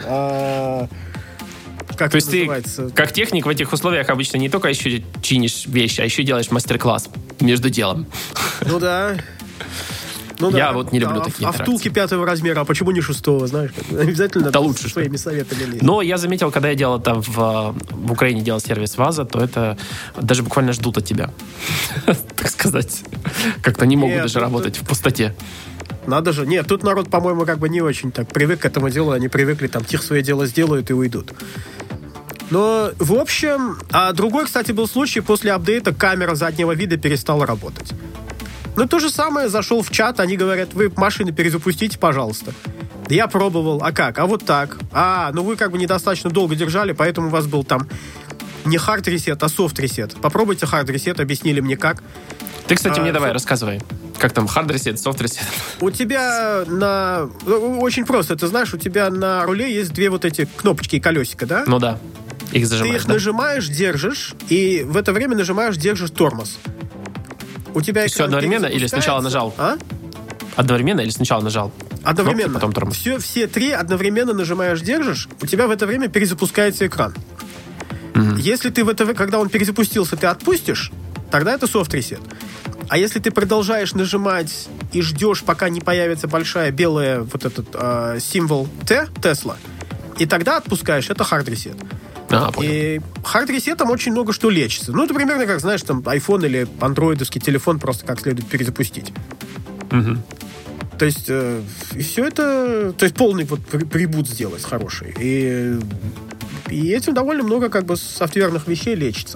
То есть ты, как техник, в этих условиях обычно не только еще чинишь вещи, а еще делаешь мастер-класс между делом. Ну да. Я вот не люблю такие интеракции. А втулки 5-го размера, а почему не 6-го, знаешь? Обязательно это лучше, своими советами лезть. Но я заметил, когда я делал это в Украине, делал сервис ВАЗа, то это даже буквально ждут от тебя. Так сказать. Как-то не могут даже работать в пустоте. Надо же. Нет, тут народ, по-моему, как бы не очень так привык к этому делу. Они привыкли, там, тихо свое дело сделают и уйдут. Но, в общем... А другой, кстати, был случай. После апдейта камера заднего вида перестала работать. Ну, то же самое. Зашел в чат, они говорят, вы машины перезапустите, пожалуйста. Я пробовал. А как? А вот так. Ну вы как бы недостаточно долго держали, поэтому у вас был там не хард-ресет, а софт-ресет. Попробуйте хард-ресет, объяснили мне как. Ты, кстати, мне давай, рассказывай. Как там, хард-ресет, софт-ресет? У тебя очень просто. Ты знаешь, у тебя на руле есть две вот эти кнопочки и колесика, да? Ну да. Их зажимаешь, Ты их нажимаешь, держишь, и в это время нажимаешь, держишь тормоз. У тебя все одновременно или сначала нажал? Одновременно или сначала нажал? Одновременно. Кнопки, потом тормоз. Все три одновременно нажимаешь, держишь, у тебя в это время перезапускается экран. Если ты когда он перезапустился, ты отпустишь, тогда это софт-ресет. А если ты продолжаешь нажимать и ждешь, пока не появится большая белая вот этот символ Т, Тесла, и тогда отпускаешь, это хард-ресет. И хард-ресетом очень много что лечится. Ну, это примерно как, знаешь, там, iPhone или андроидовский телефон просто как следует перезапустить. То есть, и все это... То есть, полный вот ребут сделать хороший. И этим довольно много как бы софтверных вещей лечится.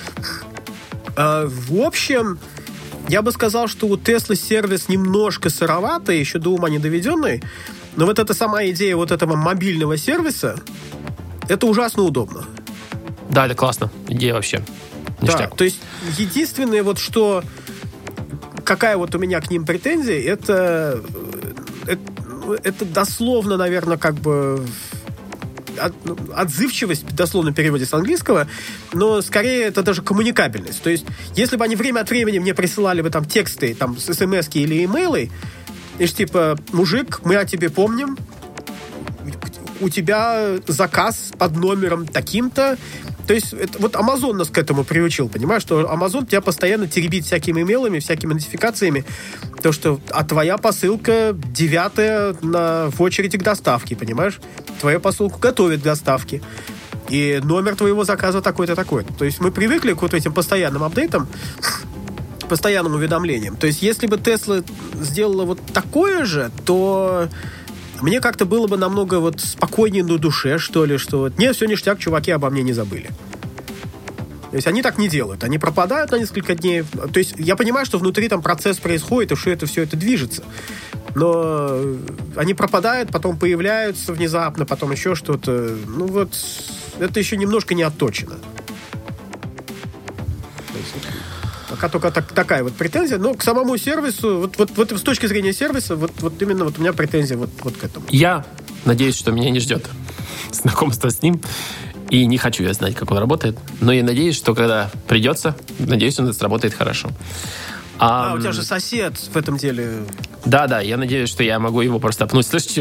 В общем, я бы сказал, что у Tesla сервис немножко сыроватый, еще до ума не доведенный. Но вот эта сама идея вот этого мобильного сервиса, это ужасно удобно. Да, это классно. Идея вообще. Ништяк. Да, то есть единственное вот что... Какая вот у меня к ним претензия, это дословно, наверное, как бы... отзывчивость, в дословном переводе с английского, но скорее это даже коммуникабельность. То есть, если бы они время от времени мне присылали бы там тексты, там, смс-ки или имейлы, и типа, мужик, мы о тебе помним, у тебя заказ под номером таким-то. То есть, это, вот Amazon нас к этому приучил, понимаешь, что Amazon тебя постоянно теребит всякими имейлами, всякими нотификациями, то, что твоя посылка 9-я в очереди к доставке, понимаешь? Твою посылку готовят к доставке. И номер твоего заказа такой-то, такой-то. То есть мы привыкли к вот этим постоянным апдейтам, постоянным уведомлениям. То есть если бы Tesla сделала вот такое же, то мне как-то было бы намного вот спокойнее на душе, что ли, что вот, не, все ништяк, чуваки обо мне не забыли. То есть они так не делают. Они пропадают на несколько дней. То есть я понимаю, что внутри там процесс происходит, и что все это движется. Но они пропадают, потом появляются внезапно, потом еще что-то. Ну вот, это еще немножко не отточено. То есть, пока только такая вот претензия. Но к самому сервису, вот с точки зрения сервиса, вот именно вот у меня претензия вот к этому. Я надеюсь, что меня не ждет знакомство с ним. И не хочу я знать, как он работает. Но я надеюсь, что когда придется, надеюсь, он сработает хорошо. У тебя же сосед в этом деле. Да, я надеюсь, что я могу его просто пнуть. Слышите,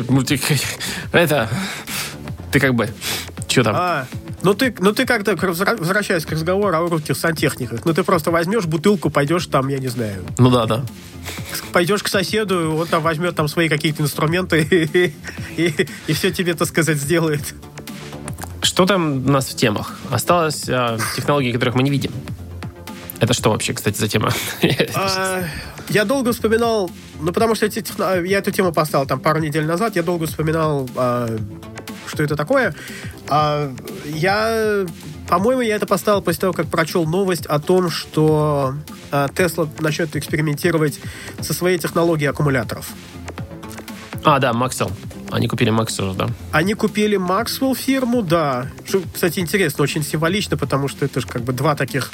ты как бы, что там? Ну ты как-то, возвращаясь к разговору о русских сантехниках, ты просто возьмешь бутылку, пойдешь там, я не знаю. Ну да. Пойдешь к соседу, он там возьмет там свои какие-то инструменты и все тебе, так сказать, сделает. Что там у нас в темах? Осталось технологии, которых мы не видим. Это что вообще, кстати, за тема? Я долго вспоминал, потому что я эту тему поставил там пару недель назад, я долго вспоминал, что это такое. По-моему, я это поставил после того, как прочел новость о том, что Tesla начнет экспериментировать со своей технологией аккумуляторов. Да, Maxwell. Они купили Maxwell, да. Они купили Maxwell фирму, да. Что, кстати, интересно, очень символично, потому что это же как бы два таких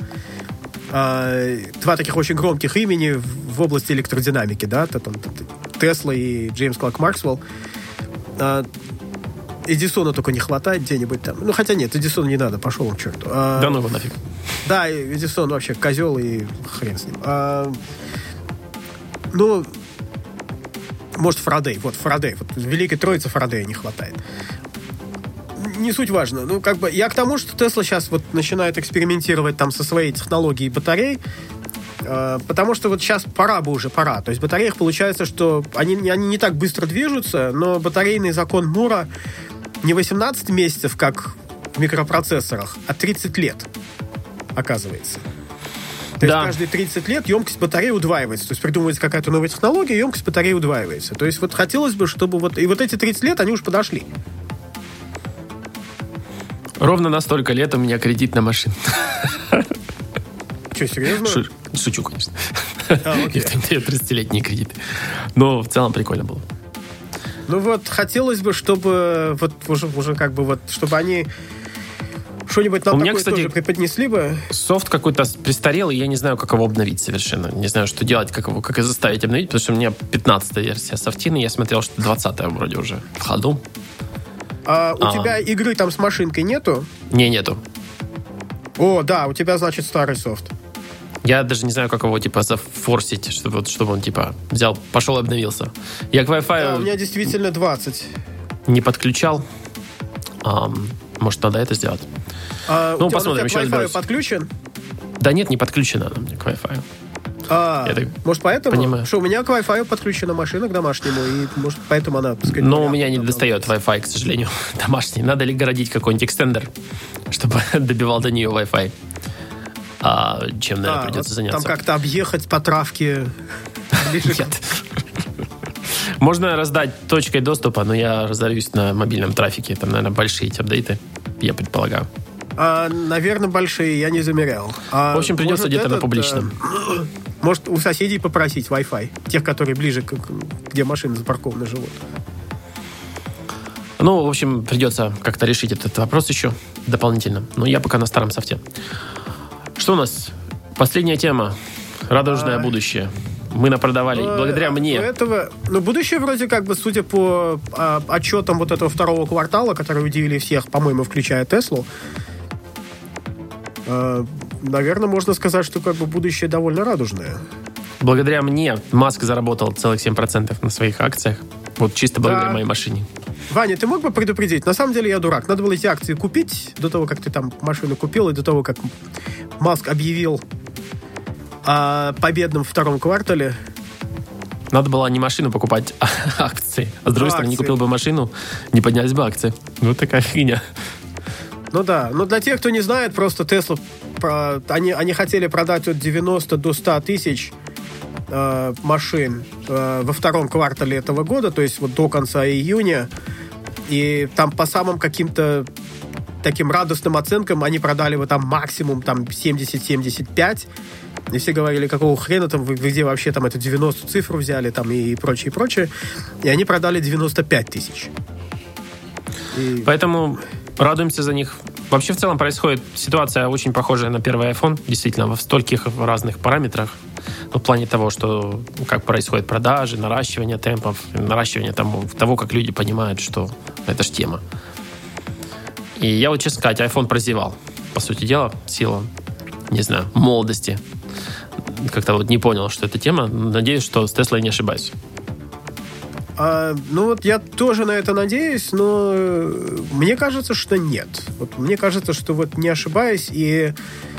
очень громких имени в области электродинамики, да, Тесла и Джеймс Кларк Максвелл. Эдисона только не хватает где-нибудь там. Ну, хотя нет, Эдисона не надо, пошел он к черту. Да ну его нафиг. Да, Эдисон вообще козел и хрен с ним. Ну, может, Фарадей. Вот Фарадей. Вот Великой Троицы Фарадея не хватает. Не суть важно. Ну, как бы, я к тому, что Тесла сейчас вот начинает экспериментировать там со своей технологией батарей, потому что вот сейчас пора. То есть в батареях получается, что они не так быстро движутся, но батарейный закон Мура не 18 месяцев, как в микропроцессорах, а 30 лет, оказывается. То есть каждые 30 лет емкость батареи удваивается. То есть придумывается какая-то новая технология, емкость батареи удваивается. То есть вот хотелось бы, чтобы вот... И вот эти 30 лет, они уж подошли. Ровно на столько лет у меня кредит на машину. Что, серьезно? Шучу, конечно. Окей. 30-летние кредиты. Но в целом прикольно было. Ну вот, хотелось бы, чтобы вот уже как бы вот, чтобы они что-нибудь нам такое, кстати, тоже преподнесли бы. Софт какой-то престарелый, я не знаю, как его обновить совершенно. Не знаю, что делать, как и заставить обновить, потому что у меня 15-я версия софтины, я смотрел, что 20-я вроде уже в ходу. У тебя игры там с машинкой нету? Нету. О, да, у тебя, значит, старый софт. Я даже не знаю, как его, типа, зафорсить, чтобы он, типа, взял, пошел и обновился. Я к Wi-Fi... Да, у меня действительно 20. Не подключал. Может, надо это сделать? Посмотрим. У тебя к Wi-Fi подключен? Да нет, не подключена она мне к Wi-Fi. Может, поэтому? Понимаю. Что, у меня к Wi-Fi подключена машина к домашнему, и, может, поэтому она... сказать, но у меня не достает Wi-Fi, к сожалению, домашний. Надо ли городить какой-нибудь экстендер, чтобы добивал до нее Wi-Fi? Чем, наверное, придется заняться. Там как-то объехать по травке. Нет. Можно раздать точкой доступа, но я разорюсь на мобильном трафике. Там, наверное, большие эти апдейты, я предполагаю. Наверное, большие, я не замерял. В общем, придется где-то на публичном. Может, у соседей попросить Wi-Fi. Тех, которые ближе, где машины запаркованы, живут. Ну, в общем, придется как-то решить этот вопрос еще дополнительно. Но я пока на старом софте. Что у нас? Последняя тема. Радужное будущее. Мы напродавали. Благодаря мне. Будущее вроде как бы, судя по отчетам вот этого второго квартала, которые удивили всех, по-моему, включая Теслу, наверное, можно сказать, что как бы будущее довольно радужное. Благодаря мне Маск заработал целых 7% на своих акциях. Вот чисто благодаря моей машине. Ваня, ты мог бы предупредить? На самом деле я дурак. Надо было эти акции купить до того, как ты там машину купил, и до того, как Маск объявил о победном втором квартале. Надо было не машину покупать, а акции. А с другой стороны, не купил бы машину, не поднялись бы акции. Вот такая фигня. Ну да, но для тех, кто не знает, просто Tesla, они хотели продать от 90 до 100 тысяч машин во втором квартале этого года, то есть вот до конца июня. И там по самым каким-то таким радостным оценкам они продали вот там максимум там 70-75. И все говорили, какого хрена там, вы где вообще там эту 90 цифру взяли там и прочее, прочее. И они продали 95 тысяч. Поэтому радуемся за них. Вообще в целом происходит ситуация очень похожая на первый iPhone. Действительно, в стольких разных параметрах. В плане того, что как происходят продажи, наращивание темпов, наращивание того, как люди понимают, что это ж тема. И я вот, честно сказать, iPhone прозевал. По сути дела, в силу, не знаю, молодости. Как-то вот не понял, что это тема. Надеюсь, что с Теслой не ошибаюсь. Ну вот я тоже на это надеюсь, но мне кажется, что нет. Вот мне кажется, что вот не ошибаюсь, и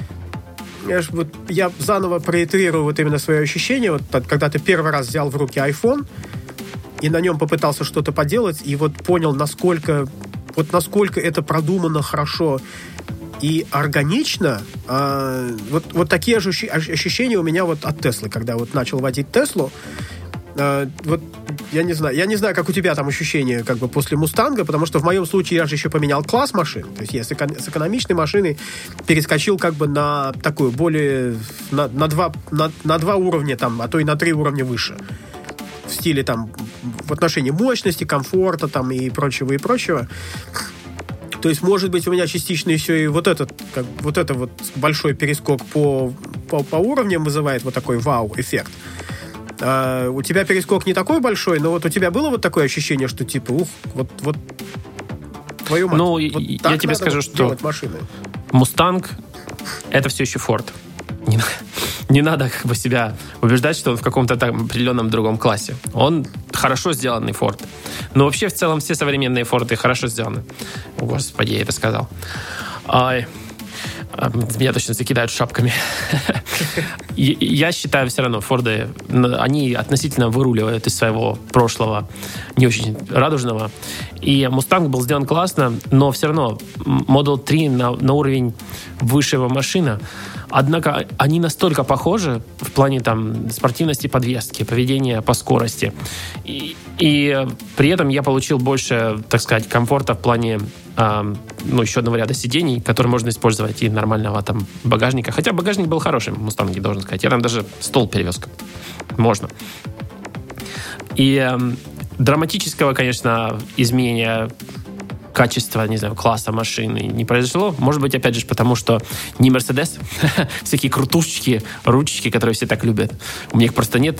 я заново проитерирую вот именно свои ощущения, вот когда ты первый раз взял в руки iPhone и на нем попытался что-то поделать, и вот понял, насколько это продумано хорошо и органично. Вот такие же ощущения у меня вот от Теслы, когда вот начал водить Теслу. Вот я не знаю, как у тебя там ощущения как бы после Мустанга, потому что в моем случае я же еще поменял класс машин. То есть я с экономичной машины перескочил как бы на такую более на два уровня там, а то и на 3 уровня выше. в стиле там в отношении мощности, комфорта там и прочего, и прочего. То есть, может быть, у меня частично еще и вот это большой перескок по уровням вызывает вот такой вау-эффект. У тебя перескок не такой большой, но вот у тебя было вот такое ощущение, что типа, вот твою мать. Ну, вот я тебе скажу, вот что машины. Мустанг — это все еще Форд. Не надо как бы себя убеждать, что он в каком-то там определенном другом классе. Он хорошо сделанный Форд. Но вообще в целом все современные Форды хорошо сделаны. О, Господи, я это сказал. Меня точно закидают шапками. Я считаю, все равно Форды, они относительно выруливают из своего прошлого не очень радужного. И Мустанг был сделан классно, но все равно Model 3 на уровень высшего машина. Однако они настолько похожи в плане там спортивности подвески, поведения по скорости. И при этом я получил больше, так сказать, комфорта в плане еще одного ряда сидений, которые можно использовать, и нормального там багажника. Хотя багажник был хороший в Мустанге, должен сказать. Я там даже стол перевез. Можно. И драматического, конечно, изменения качества, не знаю, класса машины не произошло. Может быть, опять же, потому что не Мерседес. Всякие крутушечки, ручечки, которые все так любят. У меня их просто нет.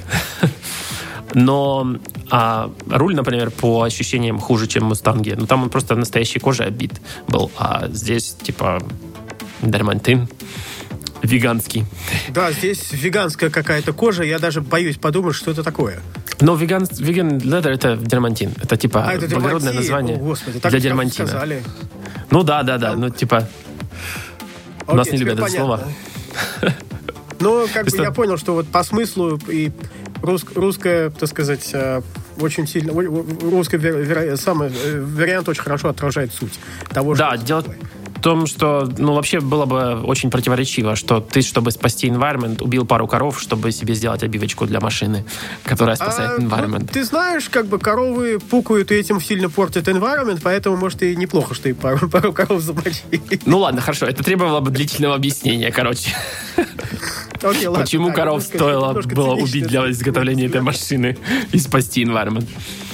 Но руль, например, по ощущениям хуже, чем в Мустанге. Ну, там он просто настоящей кожей оббит был. А здесь, типа, дермантин веганский. Да, здесь веганская какая-то кожа. Я даже боюсь подумать, что это такое. Но веган ледер — это дермантин. Это, типа, это благородное название. О, Господи, так для дермантина. Сказали. Ну, да. Ну, типа, у нас не любят это слово. Ну, как бы я понял, что вот по смыслу и русская, так сказать, очень сильно... Русский вариант очень хорошо отражает суть того, что... Да, дело в том, что, вообще было бы очень противоречиво, что ты, чтобы спасти environment, убил пару коров, чтобы себе сделать обивочку для машины, которая спасает environment. Ты знаешь, как бы коровы пукают и этим сильно портят environment, поэтому, может, и неплохо, что и пару коров замочили. Ну ладно, хорошо, это требовало бы длительного объяснения, короче. Окей, ладно, почему коров стоило было убить для изготовления этой машины и спасти environment.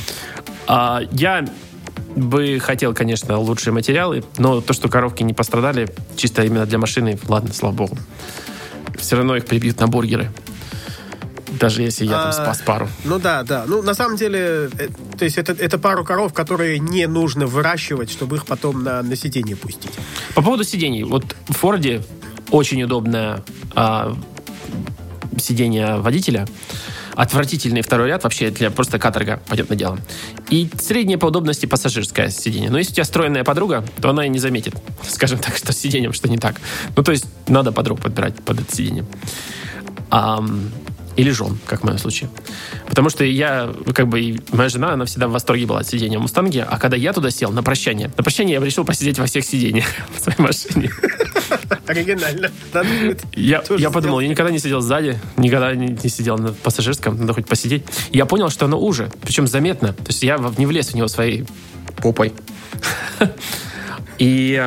Я бы хотел, конечно, лучшие материалы, но то, что коровки не пострадали, чисто именно для машины, ладно, слава богу. Все равно их прибьют на бургеры. Даже если я там спас пару. Ну да. Ну, на самом деле, то есть это пару коров, которые не нужно выращивать, чтобы их потом на сиденье пустить. По поводу сидений. Вот в Форде очень удобное сиденье водителя. Отвратительный второй ряд, вообще для просто каторга, понятное дело. И среднее по удобности пассажирское сиденье. Но если у тебя стройная подруга, то она и не заметит, скажем так, что с сиденьем что не так. Ну, то есть надо подруг подбирать под это сиденье. Или жен, как в моем случае. Потому что моя жена, она всегда в восторге была от сидения в Мустанге, а когда я туда сел на прощание я решил посидеть во всех сиденьях в своей машине. Оригинально. Я подумал, я никогда не сидел сзади, никогда не сидел на пассажирском, надо хоть посидеть. Я понял, что оно уже, причем заметно. То есть я не влез в него своей попой. И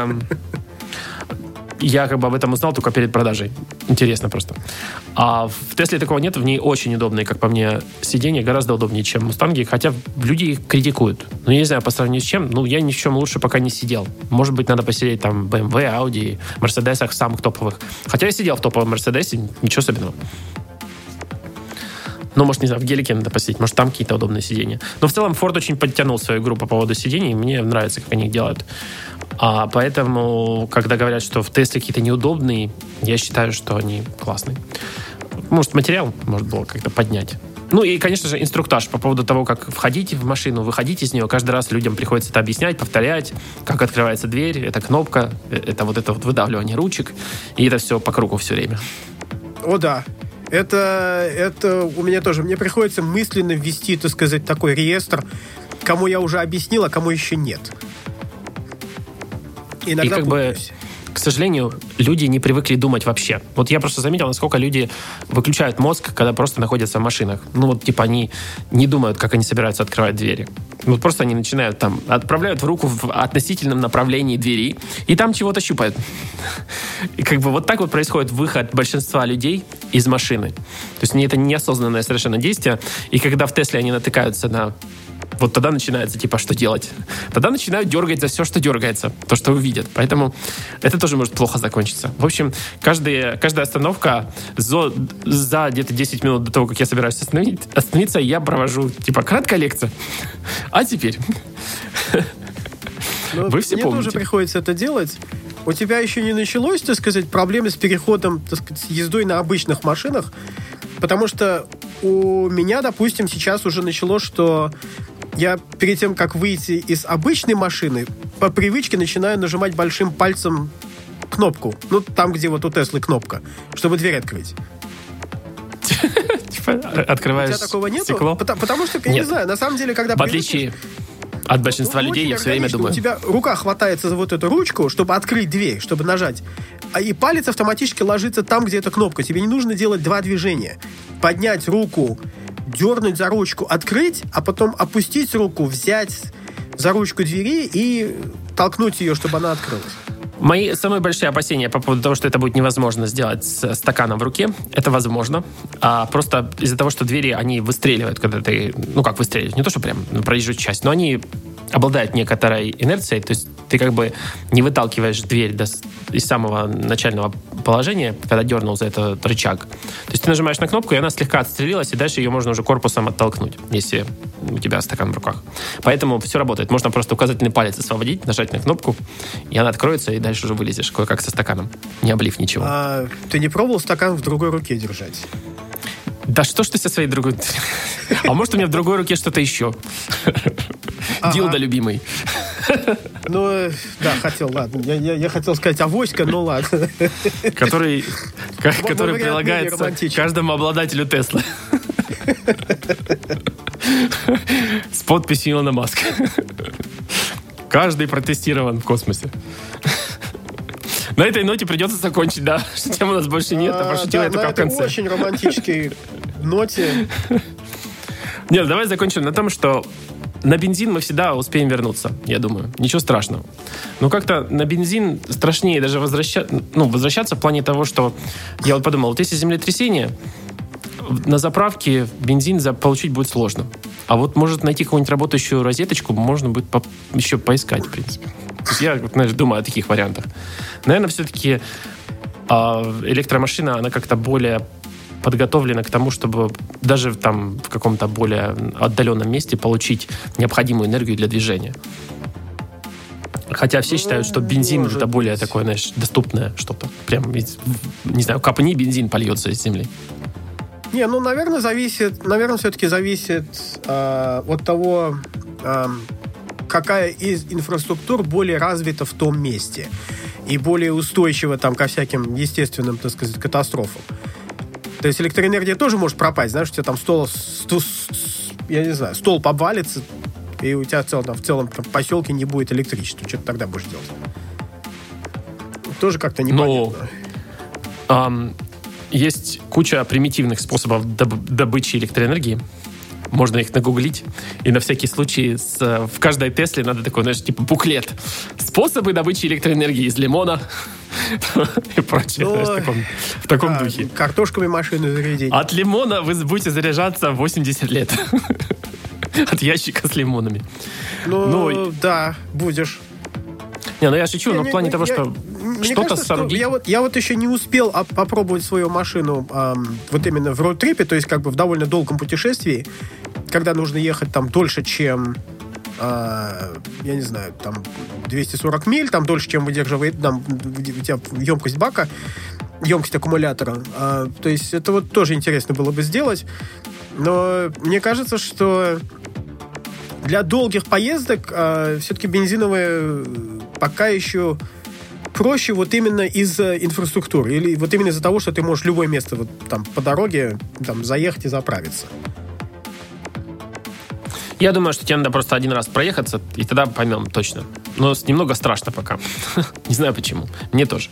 я об этом узнал только перед продажей. Интересно просто. А в Тесле такого нет. В ней очень удобные, как по мне, сиденья. Гораздо удобнее, чем в Мустанге. Хотя люди их критикуют. Ну, я не знаю, по сравнению с чем. Я ни в чем лучше пока не сидел. Может быть, надо посидеть там в BMW, Audi, Мерседесах самых топовых. Хотя я сидел в топовом Мерседесе. Ничего особенного. Может, не знаю, в Гелике надо посидеть. Может, там какие-то удобные сиденья. Но в целом Ford очень подтянул свою игру по поводу сидений. Мне нравится, как они их делают. Поэтому, когда говорят, что в Тесле какие-то неудобные, я считаю, что они классные. Может, материал можно было как-то поднять. Ну и, конечно же, инструктаж по поводу того, как входить в машину, выходить из нее. Каждый раз людям приходится это объяснять, повторять, как открывается дверь, это кнопка, это вот выдавливание ручек. И это все по кругу все время. О, да. Это у меня тоже. Мне приходится мысленно ввести, так сказать, такой реестр, кому я уже объяснил, а кому еще нет. Иногда и путаюсь. к сожалению, люди не привыкли думать вообще. Вот я просто заметил, насколько люди выключают мозг, когда просто находятся в машинах. Ну, вот, типа, они не думают, как они собираются открывать двери. Вот просто они начинают там, отправляют в руку в относительном направлении двери, и там чего-то щупают. И как бы вот так вот происходит выход большинства людей из машины. То есть это неосознанное совершенно действие. И когда в Тесле они натыкаются на... Вот тогда начинается, типа, что делать? Тогда начинают дергать за все, что дергается, то, что увидят. Поэтому это тоже может плохо закончиться. В общем, каждая остановка за где-то 10 минут до того, как я собираюсь остановиться, я провожу, типа, краткая лекция. А теперь? Вы все помните. Мне тоже приходится это делать. У тебя еще не началось, так сказать, проблемы с переходом, так сказать, с ездой на обычных машинах? Потому что у меня, допустим, сейчас уже началось, что я перед тем, как выйти из обычной машины, по привычке начинаю нажимать большим пальцем кнопку. Ну, там, где вот у Теслы кнопка, чтобы дверь открыть. Типа открываешь стекло? У тебя такого нету? Потому что, я не знаю, на самом деле, когда... В отличие от большинства людей, я все время думаю... У тебя рука хватается за вот эту ручку, чтобы открыть дверь, чтобы нажать. И палец автоматически ложится там, где эта кнопка. Тебе не нужно делать два движения. Поднять руку, дернуть за ручку, открыть, а потом опустить руку, взять за ручку двери и толкнуть ее, чтобы она открылась. Мои самые большие опасения по поводу того, что это будет невозможно сделать с стаканом в руке, это возможно. А просто из-за того, что двери, они выстреливают, когда ты... Ну, как выстреливают? Не то, что прям проезжают часть, но они обладают некоторой инерцией, то есть ты как бы не выталкиваешь дверь из самого начального положения, когда дернул за этот рычаг. То есть ты нажимаешь на кнопку, и она слегка отстрелилась, и дальше ее можно уже корпусом оттолкнуть, если у тебя стакан в руках. Поэтому все работает. Можно просто указательный палец освободить, нажать на кнопку, и она откроется, и дальше уже вылезешь кое-как со стаканом, не облив ничего. А ты не пробовал стакан в другой руке держать? Да что ж ты со своей другой... А может, у меня в другой руке что-то еще? Дилда любимый. Ну, да, хотел, ладно. Я хотел сказать авоська, но ладно. Который прилагается каждому обладателю Теслы. С подписью Илона Маска. Каждый протестирован в космосе. На этой ноте придется закончить, да. Тем у нас больше нет, а пошутил я только в конце. На очень романтической ноте. Нет, давай закончим на том, что на бензин мы всегда успеем вернуться, я думаю. Ничего страшного. Но как-то на бензин страшнее даже возвращаться в плане того, что я вот подумал, вот если землетрясение, на заправке бензин получить будет сложно. А вот, может, найти какую-нибудь работающую розеточку можно будет еще поискать, в принципе. То есть я, знаешь, думаю о таких вариантах. Наверное, все-таки электромашина, она как-то более подготовлена к тому, чтобы даже там в каком-то более отдаленном месте получить необходимую энергию для движения. Хотя все считают, что бензин это более такое, знаешь, доступное что-то. Прям, не знаю, капни, бензин польется из земли. Не, ну, наверное, все-таки зависит от того, какая из инфраструктур более развита в том месте и более устойчива там ко всяким естественным, так сказать, катастрофам. То есть электроэнергия тоже может пропасть, знаешь, у тебя там столб обвалится, и у тебя в целом поселке не будет электричества. Что ты тогда будешь делать? Тоже как-то непонятно. Есть куча примитивных способов добычи электроэнергии. Можно их нагуглить. И на всякий случай в каждой Тесле надо такой, знаешь, типа буклет. Способы добычи электроэнергии из лимона и прочее. В таком духе. Картошками машины зарядить. От лимона вы будете заряжаться 80 лет. От ящика с лимонами. Да, будешь. Не, я шучу, но в плане того, что что-то соорудить. Я вот еще не успел попробовать свою машину вот именно в роуд-трипе, то есть как бы в довольно долгом путешествии, когда нужно ехать там дольше, чем я не знаю, там 240 миль, там дольше, чем выдерживает там, у тебя емкость бака, емкость аккумулятора. То есть это вот тоже интересно было бы сделать. Но мне кажется, что для долгих поездок все-таки бензиновые пока еще проще вот именно из-за инфраструктуры или вот именно из-за того, что ты можешь в любое место вот там по дороге там заехать и заправиться. Я думаю, что тебе надо просто один раз проехаться, и тогда поймем точно. Но немного страшно пока. Не знаю почему. Мне тоже.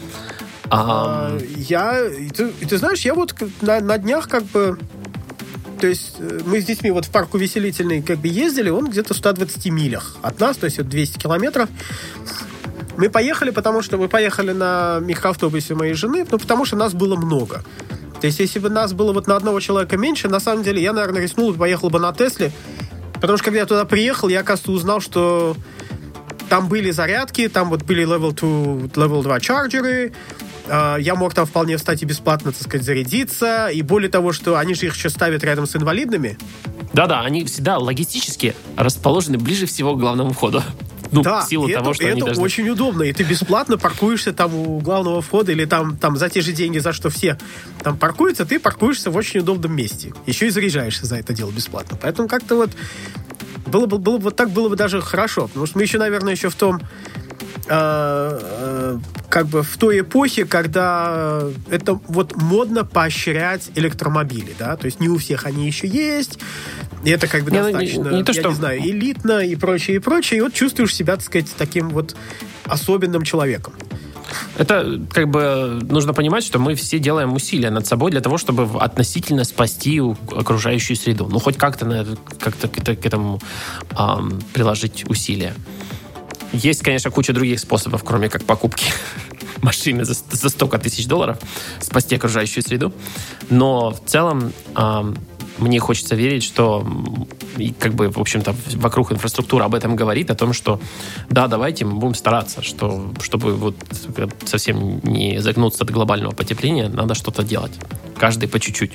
Ты знаешь, я вот на днях как бы... То есть мы с детьми вот в парк увеселительный как бы ездили, он где-то в 120 милях от нас, то есть вот 200 километров. Мы поехали, потому что мы поехали на микроавтобусе моей жены, потому что нас было много. То есть если бы нас было вот на одного человека меньше, на самом деле я, наверное, рискнул и поехал бы на Тесле, потому что когда я туда приехал, я, оказывается, узнал, что там были зарядки, там вот были Level 2 чарджеры, я мог там вполне встать и бесплатно, так сказать, зарядиться. И более того, что они же их еще ставят рядом с инвалидными. Да-да, они всегда логистически расположены ближе всего к главному входу. Ну, да, в силу того, что они это должны... очень удобно. И ты бесплатно паркуешься там у главного входа или там за те же деньги, за что все там паркуются, ты паркуешься в очень удобном месте. Еще и заряжаешься за это дело бесплатно. Поэтому как-то вот было бы даже хорошо. Потому что мы еще, наверное, еще в том... как бы в той эпохе, когда это вот модно поощрять электромобили, да, то есть не у всех они еще есть, и это как бы достаточно, не знаю, элитно и прочее, и вот чувствуешь себя, так сказать, таким вот особенным человеком. Это как бы нужно понимать, что мы все делаем усилия над собой для того, чтобы относительно спасти окружающую среду. Ну, хоть как-то к этому приложить усилия. Есть, конечно, куча других способов, кроме как покупки машины за столько тысяч долларов, спасти окружающую среду. Но в целом мне хочется верить, что как бы, в общем-то, вокруг инфраструктура об этом говорит, о том, что да, давайте мы будем стараться, чтобы вот совсем не загнуться от глобального потепления, надо что-то делать. Каждый по чуть-чуть.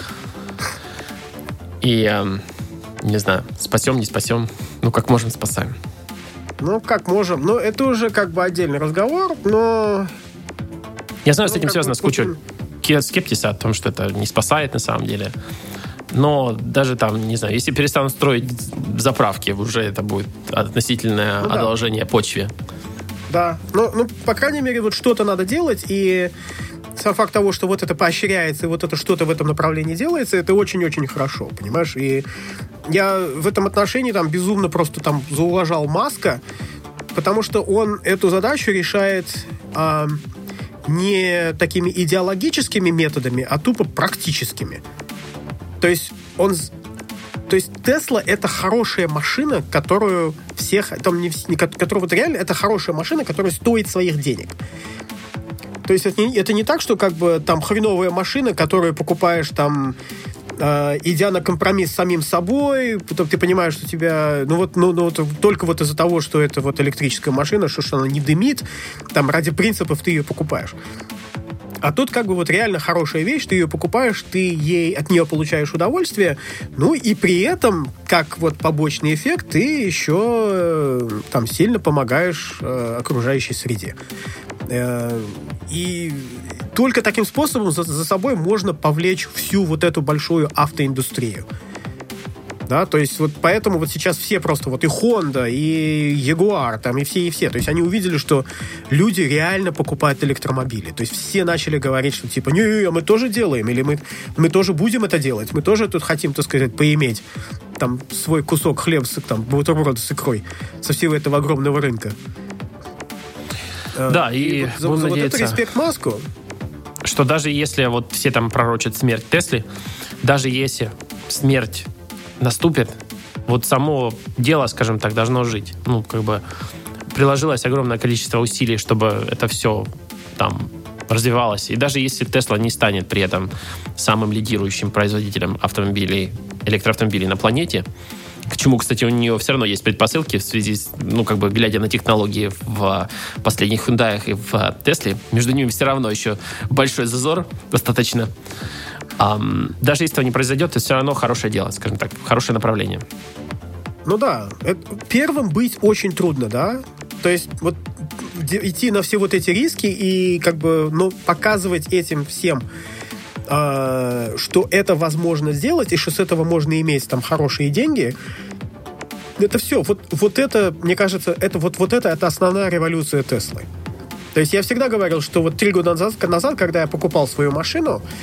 И, не знаю, спасем, не спасем, ну, как можем, спасаем. Ну, как можем. Ну, это уже как бы отдельный разговор, но... Я знаю, с этим связано с кучей скептиса о том, что это не спасает на самом деле. Но даже там, не знаю, если перестанут строить заправки, уже это будет относительное одолжение почве. Да. Ну, по крайней мере, вот что-то надо делать, и сам факт того, что вот это поощряется, и вот это что-то в этом направлении делается, это очень-очень хорошо, понимаешь? И я в этом отношении там безумно просто там зауважал Маска, потому что он эту задачу решает не такими идеологическими методами, а тупо практическими. То есть Тесла — это хорошая машина, которую которая вот реально это хорошая машина, которая стоит своих денег. То есть это не так, что как бы там хреновая машина, которую покупаешь там, идя на компромисс с самим собой, потом ты понимаешь, что тебя... Ну вот только вот из-за того, что это вот электрическая машина, что она не дымит, там ради принципов ты ее покупаешь. А тут как бы вот реально хорошая вещь, ты ее покупаешь, ты от нее получаешь удовольствие, ну и при этом, как вот побочный эффект, ты еще там сильно помогаешь окружающей среде. И только таким способом за собой можно повлечь всю вот эту большую автоиндустрию. Да, то есть вот поэтому вот сейчас все просто вот и Honda, и Jaguar, там и все. То есть они увидели, что люди реально покупают электромобили. То есть все начали говорить, что типа, не, мы тоже делаем, или мы тоже будем это делать, мы тоже тут хотим, так сказать, поиметь там свой кусок хлеба, там, бутерброда с икрой со всего этого огромного рынка. Да, и вот это респект Маску. Что даже если вот все там пророчат смерть Теслы, даже если смерть наступит, вот само дело, скажем так, должно жить. Ну, как бы приложилось огромное количество усилий, чтобы это все там развивалось. И даже если Tesla не станет при этом самым лидирующим производителем электроавтомобилей на планете, к чему, кстати, у нее все равно есть предпосылки в связи с, ну, как бы, глядя на технологии в последних Hyundai и в Tesla, между ними все равно еще большой зазор достаточно. Даже если этого не произойдет, это все равно хорошее дело, скажем так, хорошее направление. Ну да, первым быть очень трудно, да? То есть вот идти на все вот эти риски и как бы, ну, показывать этим всем, что это возможно сделать и что с этого можно иметь там хорошие деньги. Это все. Вот это, мне кажется, это основная революция Теслы. То есть я всегда говорил, что вот 3 года назад, когда я покупал свою машину,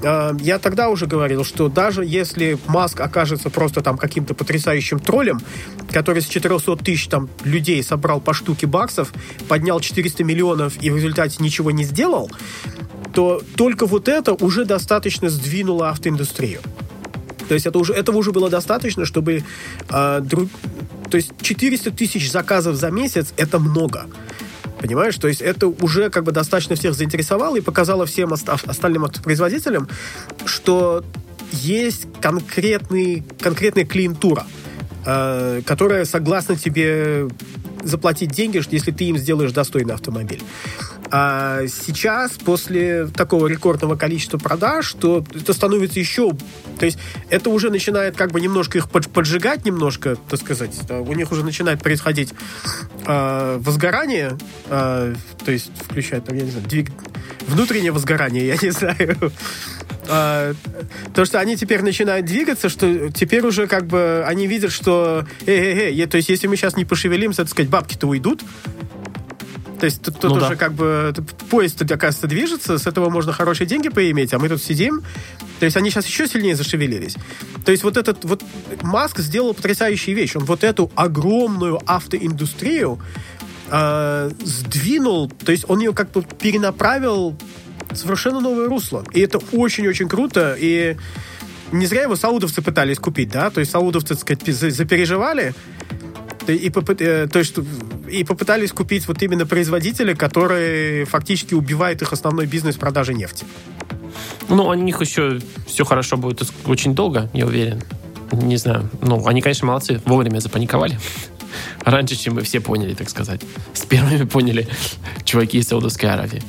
я тогда уже говорил, что даже если Маск окажется просто там каким-то потрясающим троллем, который с 400 тысяч там людей собрал по штуке баксов, поднял 400 миллионов и в результате ничего не сделал, то только вот это уже достаточно сдвинуло автоиндустрию. То есть этого уже было достаточно, чтобы... То есть 400 тысяч заказов за месяц – это много. Понимаешь? То есть это уже как бы достаточно всех заинтересовало и показало всем остальным автопроизводителям, что есть конкретная клиентура, которая согласна тебе заплатить деньги, если ты им сделаешь достойный автомобиль. А сейчас, после такого рекордного количества продаж, то это становится еще... То есть это уже начинает как бы немножко их поджигать, немножко, так сказать. У них уже начинает происходить возгорание, то есть включать, там, я не знаю, внутреннее возгорание, я не знаю. То, что они теперь начинают двигаться, что теперь уже как бы они видят, что то есть если мы сейчас не пошевелимся, так сказать, бабки-то уйдут. То есть тут уже как бы поезд, оказывается, движется, с этого можно хорошие деньги поиметь, а мы тут сидим. То есть они сейчас еще сильнее зашевелились. То есть вот Маск сделал потрясающую вещь. Он вот эту огромную автоиндустрию сдвинул, то есть он ее как бы перенаправил в совершенно новое русло. И это очень-очень круто. И не зря его саудовцы пытались купить, да? То есть саудовцы, так сказать, запереживали и попытались купить вот именно производителя, который фактически убивает их основной бизнес продажи нефти. Ну, у них еще все хорошо будет очень долго, я уверен. Не знаю. Ну, они, конечно, молодцы. Вовремя запаниковали. Раньше, чем мы все поняли, так сказать. С первыми поняли чуваки из Саудовской Аравии.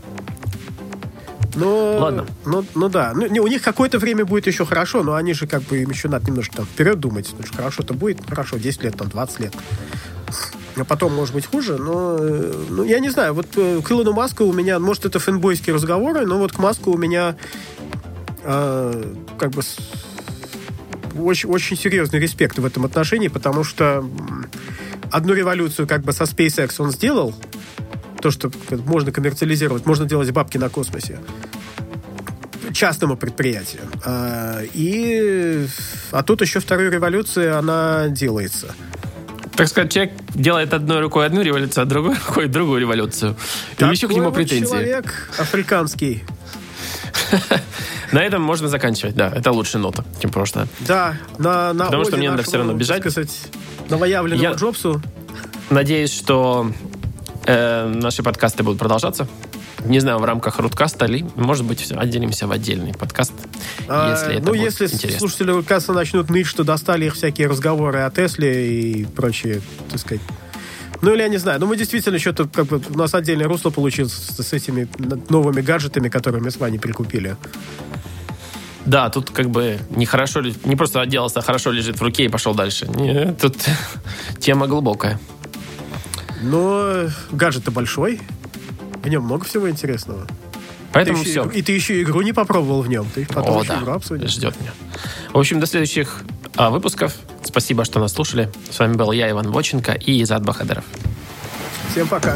Ладно. Ну да. У них какое-то время будет еще хорошо, но они же как бы им еще надо немножко там вперед думать. Потому что хорошо-то будет, хорошо, 10 лет, там, 20 лет. А потом, может быть, хуже, но я не знаю. Вот к Илону Маску у меня, может, это фэнбойские разговоры, но вот к Маску у меня как бы очень, очень серьезный респект в этом отношении, потому что одну революцию как бы со SpaceX он сделал, то, что можно коммерциализировать, можно делать бабки на космосе частному предприятию. А тут еще вторая революция, она делается. Так сказать, человек делает одной рукой одну революцию, а другой рукой другую революцию. И еще к нему претензии. Человек африканский. На этом можно заканчивать, да. Это лучшая нота, чем прошлое. Да, потому что мне надо все равно бежать. Новоявленному Джобсу. Надеюсь, что наши подкасты будут продолжаться. Не знаю, в рамках Руткаста ли. Может быть, отделимся в отдельный подкаст, если это будет интересно. Если слушатели Руткаста начнут ныть, что достали их всякие разговоры о Тесле и прочее, так сказать. Ну, или я не знаю. Но мы действительно что-то, как бы, у нас отдельное русло получилось с этими новыми гаджетами, которые мы с вами прикупили. Да, тут как бы не просто отделался, а хорошо лежит в руке и пошел дальше. Нет, тут тема глубокая. Но гаджет-то большой. В нем много всего интересного. Поэтому все. И ты еще игру не попробовал в нем. Ты потом еще игру обсудишь. Ждет меня. В общем, до следующих выпусков. Спасибо, что нас слушали. С вами был я, Иван Воченко, и Изат Бахадеров. Всем пока.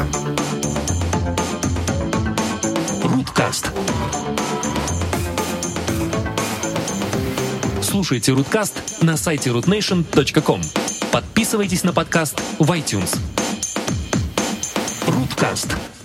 Руткаст. Слушайте Руткаст на сайте rootnation.com. Подписывайтесь на подкаст в iTunes. Руткаст.